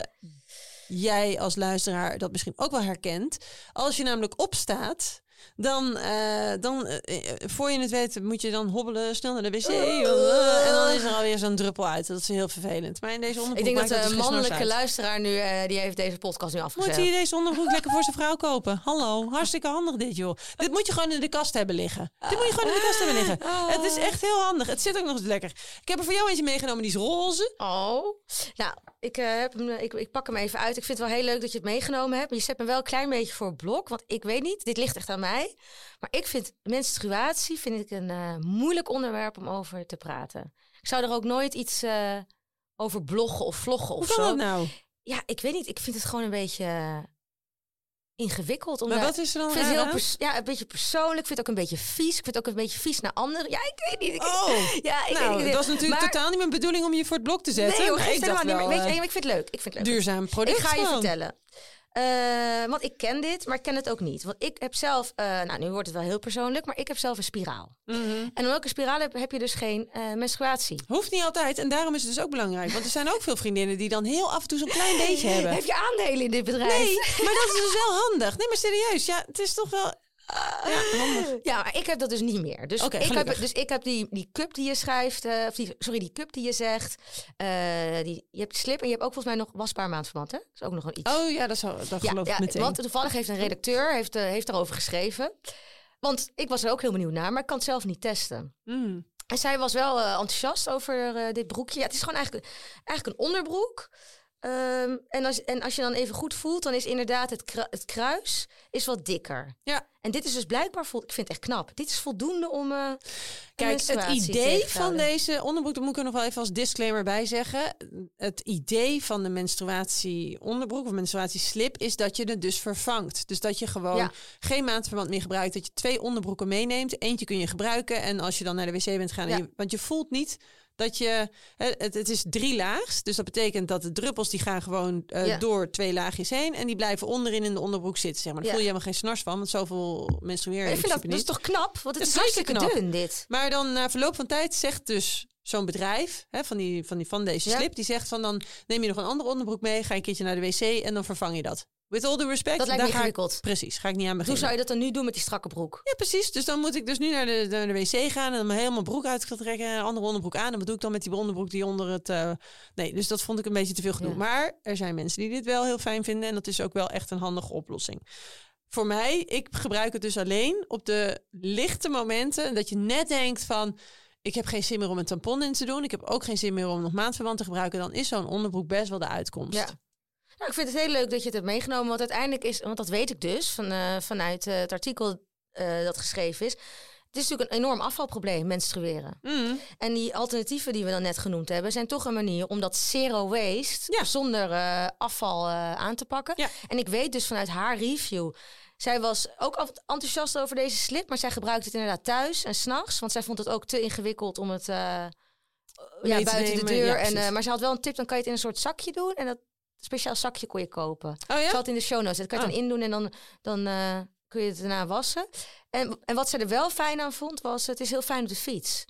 jij als luisteraar dat misschien ook wel herkent. Als je namelijk opstaat, dan, uh, dan uh, voor je het weet, moet je dan hobbelen snel naar de wc. Uh, uh, en dan is er alweer zo'n druppel uit. Dat is heel vervelend. Maar in deze onderbroek ik denk dat de dus mannelijke luisteraar nu, uh, die heeft deze podcast nu afgezet. Moet je deze onderbroek lekker voor zijn vrouw kopen? Hallo, hartstikke handig dit, joh. Dit moet je gewoon in de kast hebben liggen. Dit moet je gewoon in de kast hebben liggen. Oh. Het is echt heel handig. Het zit ook nog eens lekker. Ik heb er voor jou eentje meegenomen, die is roze. Oh, nou, ik, uh, heb hem, ik, ik pak hem even uit. Ik vind het wel heel leuk dat je het meegenomen hebt. Maar je zet me wel een klein beetje voor het blok. Want ik weet niet, dit ligt echt aan mij. Maar ik vind menstruatie vind ik een uh, moeilijk onderwerp om over te praten. Ik zou er ook nooit iets uh, over bloggen of vloggen of Hoe zo. Hoe kan dat nou? Ja, ik weet niet. Ik vind het gewoon een beetje uh, ingewikkeld. Maar wat is er dan? Ik vind het heel pers- ja, een beetje persoonlijk. Ik vind het ook een beetje vies. Ik vind het ook een beetje vies naar anderen. Ja, ik weet niet. Ik, oh, ja, ik nou, weet niet. dat was natuurlijk maar, totaal niet mijn bedoeling om je voor het blok te zetten. Nee, hoor, maar ik dacht wel, wel, niet. Weet je, ik vind het leuk. Ik vind het leuk. Duurzaam product. Ik ga je gewoon. vertellen. Uh, want ik ken dit, maar ik ken het ook niet. Want ik heb zelf, uh, nou nu wordt het wel heel persoonlijk, maar ik heb zelf een spiraal. Mm-hmm. En omdat ik een spiraal heb, heb je dus geen uh, menstruatie. Hoeft niet altijd en daarom is het dus ook belangrijk. Want er zijn ook veel vriendinnen die dan heel af en toe zo'n klein beetje hebben. Heb je aandelen in dit bedrijf? Nee, maar dat is dus wel handig. Nee, maar serieus, ja, het is toch wel... Ja, handig. Ja, maar ik heb dat dus niet meer. Dus, okay, ik, heb, dus ik heb die, die cup die je schrijft, uh, of die, sorry, die cup die je zegt. Uh, die, je hebt die slip en je hebt ook volgens mij nog wasbaar maandverband, hè? Dat is ook nog een iets. Oh ja, dat, zou, dat geloof ja, ik ja, meteen. Want toevallig heeft een redacteur heeft, uh, heeft erover geschreven. Want ik was er ook heel benieuwd naar, maar ik kan het zelf niet testen. Mm. En zij was wel uh, enthousiast over uh, dit broekje. Ja, het is gewoon eigenlijk, eigenlijk een onderbroek. Um, en, als, en als je dan even goed voelt, dan is inderdaad het, kru- het kruis is wat dikker. Ja. En dit is dus blijkbaar, vol- ik vind het echt knap. Dit is voldoende om uh, Kijk, het idee van deze onderbroek, daar moet ik er nog wel even als disclaimer bij zeggen. Het idee van de menstruatie onderbroek of menstruatieslip is dat je het dus vervangt. Dus dat je gewoon ja. geen maandverband meer gebruikt. Dat je twee onderbroeken meeneemt. Eentje kun je gebruiken. En als je dan naar de wc bent gaan, ja. je, want je voelt niet... Dat je, het, het is drie laags. Dus dat betekent dat de druppels die gaan gewoon uh, ja. door twee laagjes heen. En die blijven onderin in de onderbroek zitten. Zeg maar. Daar ja. voel je helemaal geen snars van. Want zoveel menstrueren je. Ik vind dat, dat is toch knap? Want het is, is hartstikke knap. dun dit. Maar dan na verloop van tijd zegt dus zo'n bedrijf hè, van, die, van, die, van deze ja. slip. Die zegt van dan neem je nog een andere onderbroek mee. Ga je een keertje naar de wc en dan vervang je dat. With all the respect. Dat lijkt me ingewikkeld. Ik, precies, ga ik niet aan beginnen. Hoe zou je dat dan nu doen met die strakke broek? Ja, precies. Dus dan moet ik dus nu naar de, naar de wc gaan... en dan mijn helemaal broek uit gaan trekken... en een andere onderbroek aan. En wat doe ik dan met die onderbroek die onder het... Uh... Nee, dus dat vond ik een beetje te veel gedoe. Ja. Maar er zijn mensen die dit wel heel fijn vinden... en dat is ook wel echt een handige oplossing. Voor mij, ik gebruik het dus alleen op de lichte momenten... dat je net denkt van... ik heb geen zin meer om een tampon in te doen... ik heb ook geen zin meer om nog maandverband te gebruiken... dan is zo'n onderbroek best wel de uitkomst. Ja. Nou, ik vind het heel leuk dat je het hebt meegenomen. Want uiteindelijk is, want dat weet ik dus van, uh, vanuit uh, het artikel uh, dat geschreven is. Het is natuurlijk een enorm afvalprobleem, menstrueren. Mm. En die alternatieven die we dan net genoemd hebben, zijn toch een manier om dat zero waste ja. zonder uh, afval uh, aan te pakken. Ja. En ik weet dus vanuit haar review. Zij was ook enthousiast over deze slip, maar zij gebruikt het inderdaad thuis en 's nachts. Want zij vond het ook te ingewikkeld om het uh, ja, buiten nemen, de deur. Ja, en, uh, maar ze had wel een tip, dan kan je het in een soort zakje doen en dat speciaal zakje kon je kopen. Oh, ja? Ik zal het in de show notes. Dat kan je oh. dan indoen en dan, dan uh, kun je het daarna wassen. En, en wat ze er wel fijn aan vond, was het is heel fijn op de fiets.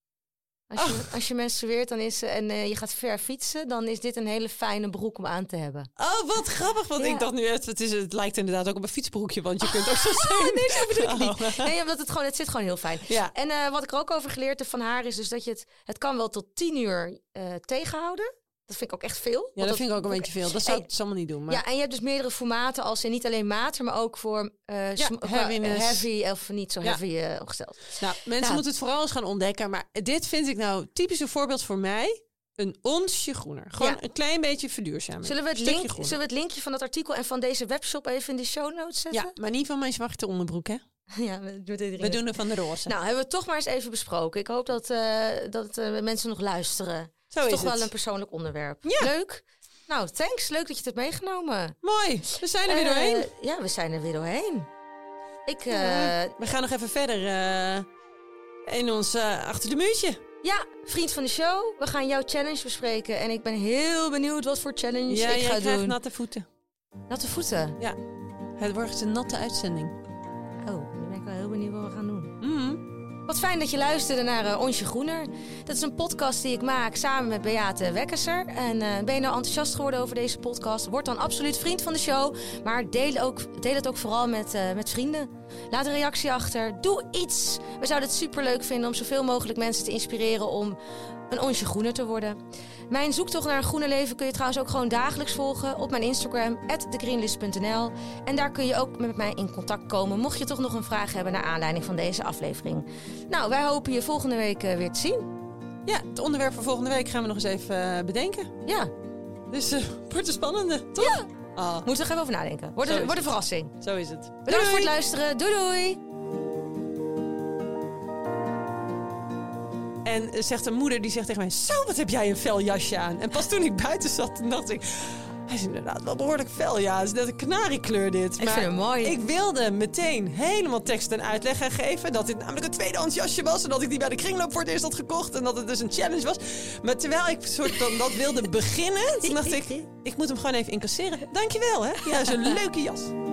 Als je, oh. als je menstrueert dan is, en uh, je gaat ver fietsen, dan is dit een hele fijne broek om aan te hebben. Oh, wat grappig. Want ja. ik dacht nu, het, is, het lijkt inderdaad ook op een fietsbroekje, want je kunt ook zo zijn. Nee, zo bedoel ik niet. Nee, omdat het gewoon, het zit gewoon heel fijn. Ja. En uh, wat ik er ook over geleerd heb van haar is dus dat je het, het kan wel tot tien uur uh, tegenhouden. Dat vind ik ook echt veel. Ja, dat, dat vind ik ook een beetje veel. Dat zou ik dus allemaal niet doen. Maar... Ja, en je hebt dus meerdere formaten als in niet alleen maat, maar ook voor uh, ja, sm- heavy of niet zo ja. heavy uh, opgesteld. Nou, mensen ja. moeten het vooral eens gaan ontdekken. Maar dit vind ik nou typisch een voorbeeld voor mij. Een onsje groener. Gewoon ja. een klein beetje verduurzamen. Zullen we, het link, zullen we het linkje van dat artikel en van deze webshop even in de show notes zetten? Ja, maar niet van mijn zwarte onderbroek, hè? Ja, we, we doen er van de roze. Nou, hebben we het toch maar eens even besproken. Ik hoop dat, uh, dat uh, mensen nog luisteren. Zo is, is toch het. wel een persoonlijk onderwerp. Ja. Leuk. Nou, thanks. Leuk dat je het hebt meegenomen. Mooi. We zijn er weer uh, doorheen. Ja, we zijn er weer doorheen. Ik, uh, ja, we gaan nog even verder uh, in ons uh, achter de muurtje. Ja, vriend van de show. We gaan jouw challenge bespreken. En ik ben heel benieuwd wat voor challenge ja, ik ga doen. Ja, jij natte voeten. Natte voeten? Ja. Het wordt een natte uitzending. Oh, nu ben ik wel heel benieuwd wat we gaan doen. Mm-hmm. Wat fijn dat je luisterde naar uh, Onsje Groener. Dat is een podcast die ik maak samen met Beate Wekkerser. En uh, ben je nou enthousiast geworden over deze podcast? Word dan absoluut vriend van de show. Maar deel, ook, deel het ook vooral met, uh, met vrienden. Laat een reactie achter. Doe iets. We zouden het superleuk vinden om zoveel mogelijk mensen te inspireren om een onsje groener te worden. Mijn zoektocht naar een groener leven kun je trouwens ook gewoon dagelijks volgen op mijn Instagram, at the greenlist punt n l. En daar kun je ook met mij in contact komen, mocht je toch nog een vraag hebben naar aanleiding van deze aflevering. Nou, wij hopen je volgende week uh, weer te zien. Ja, het onderwerp voor volgende week gaan we nog eens even uh, bedenken. Ja. Dus uh, wordt een spannende, toch? Ja. Oh. Moeten we er even over nadenken. Wordt een, wordt een verrassing. Zo is het. Bedankt doei. voor het luisteren. Doei doei! En zegt een moeder, die zegt tegen mij... Zo, wat heb jij een fel jasje aan. En pas toen ik buiten zat, toen dacht ik... Hij is inderdaad wel behoorlijk fel, ja. Het is net een kanariekleur dit. Ik maar vind hem mooi. Ik wilde meteen helemaal tekst en uitleg gaan geven... dat dit namelijk een tweedehands jasje was... en dat ik die bij de kringloop voor het eerst had gekocht... en dat het dus een challenge was. Maar terwijl ik soort dan dat wilde beginnen... toen dacht ik, ik moet hem gewoon even incasseren. Dankjewel, hè. Ja, dat is een leuke jas.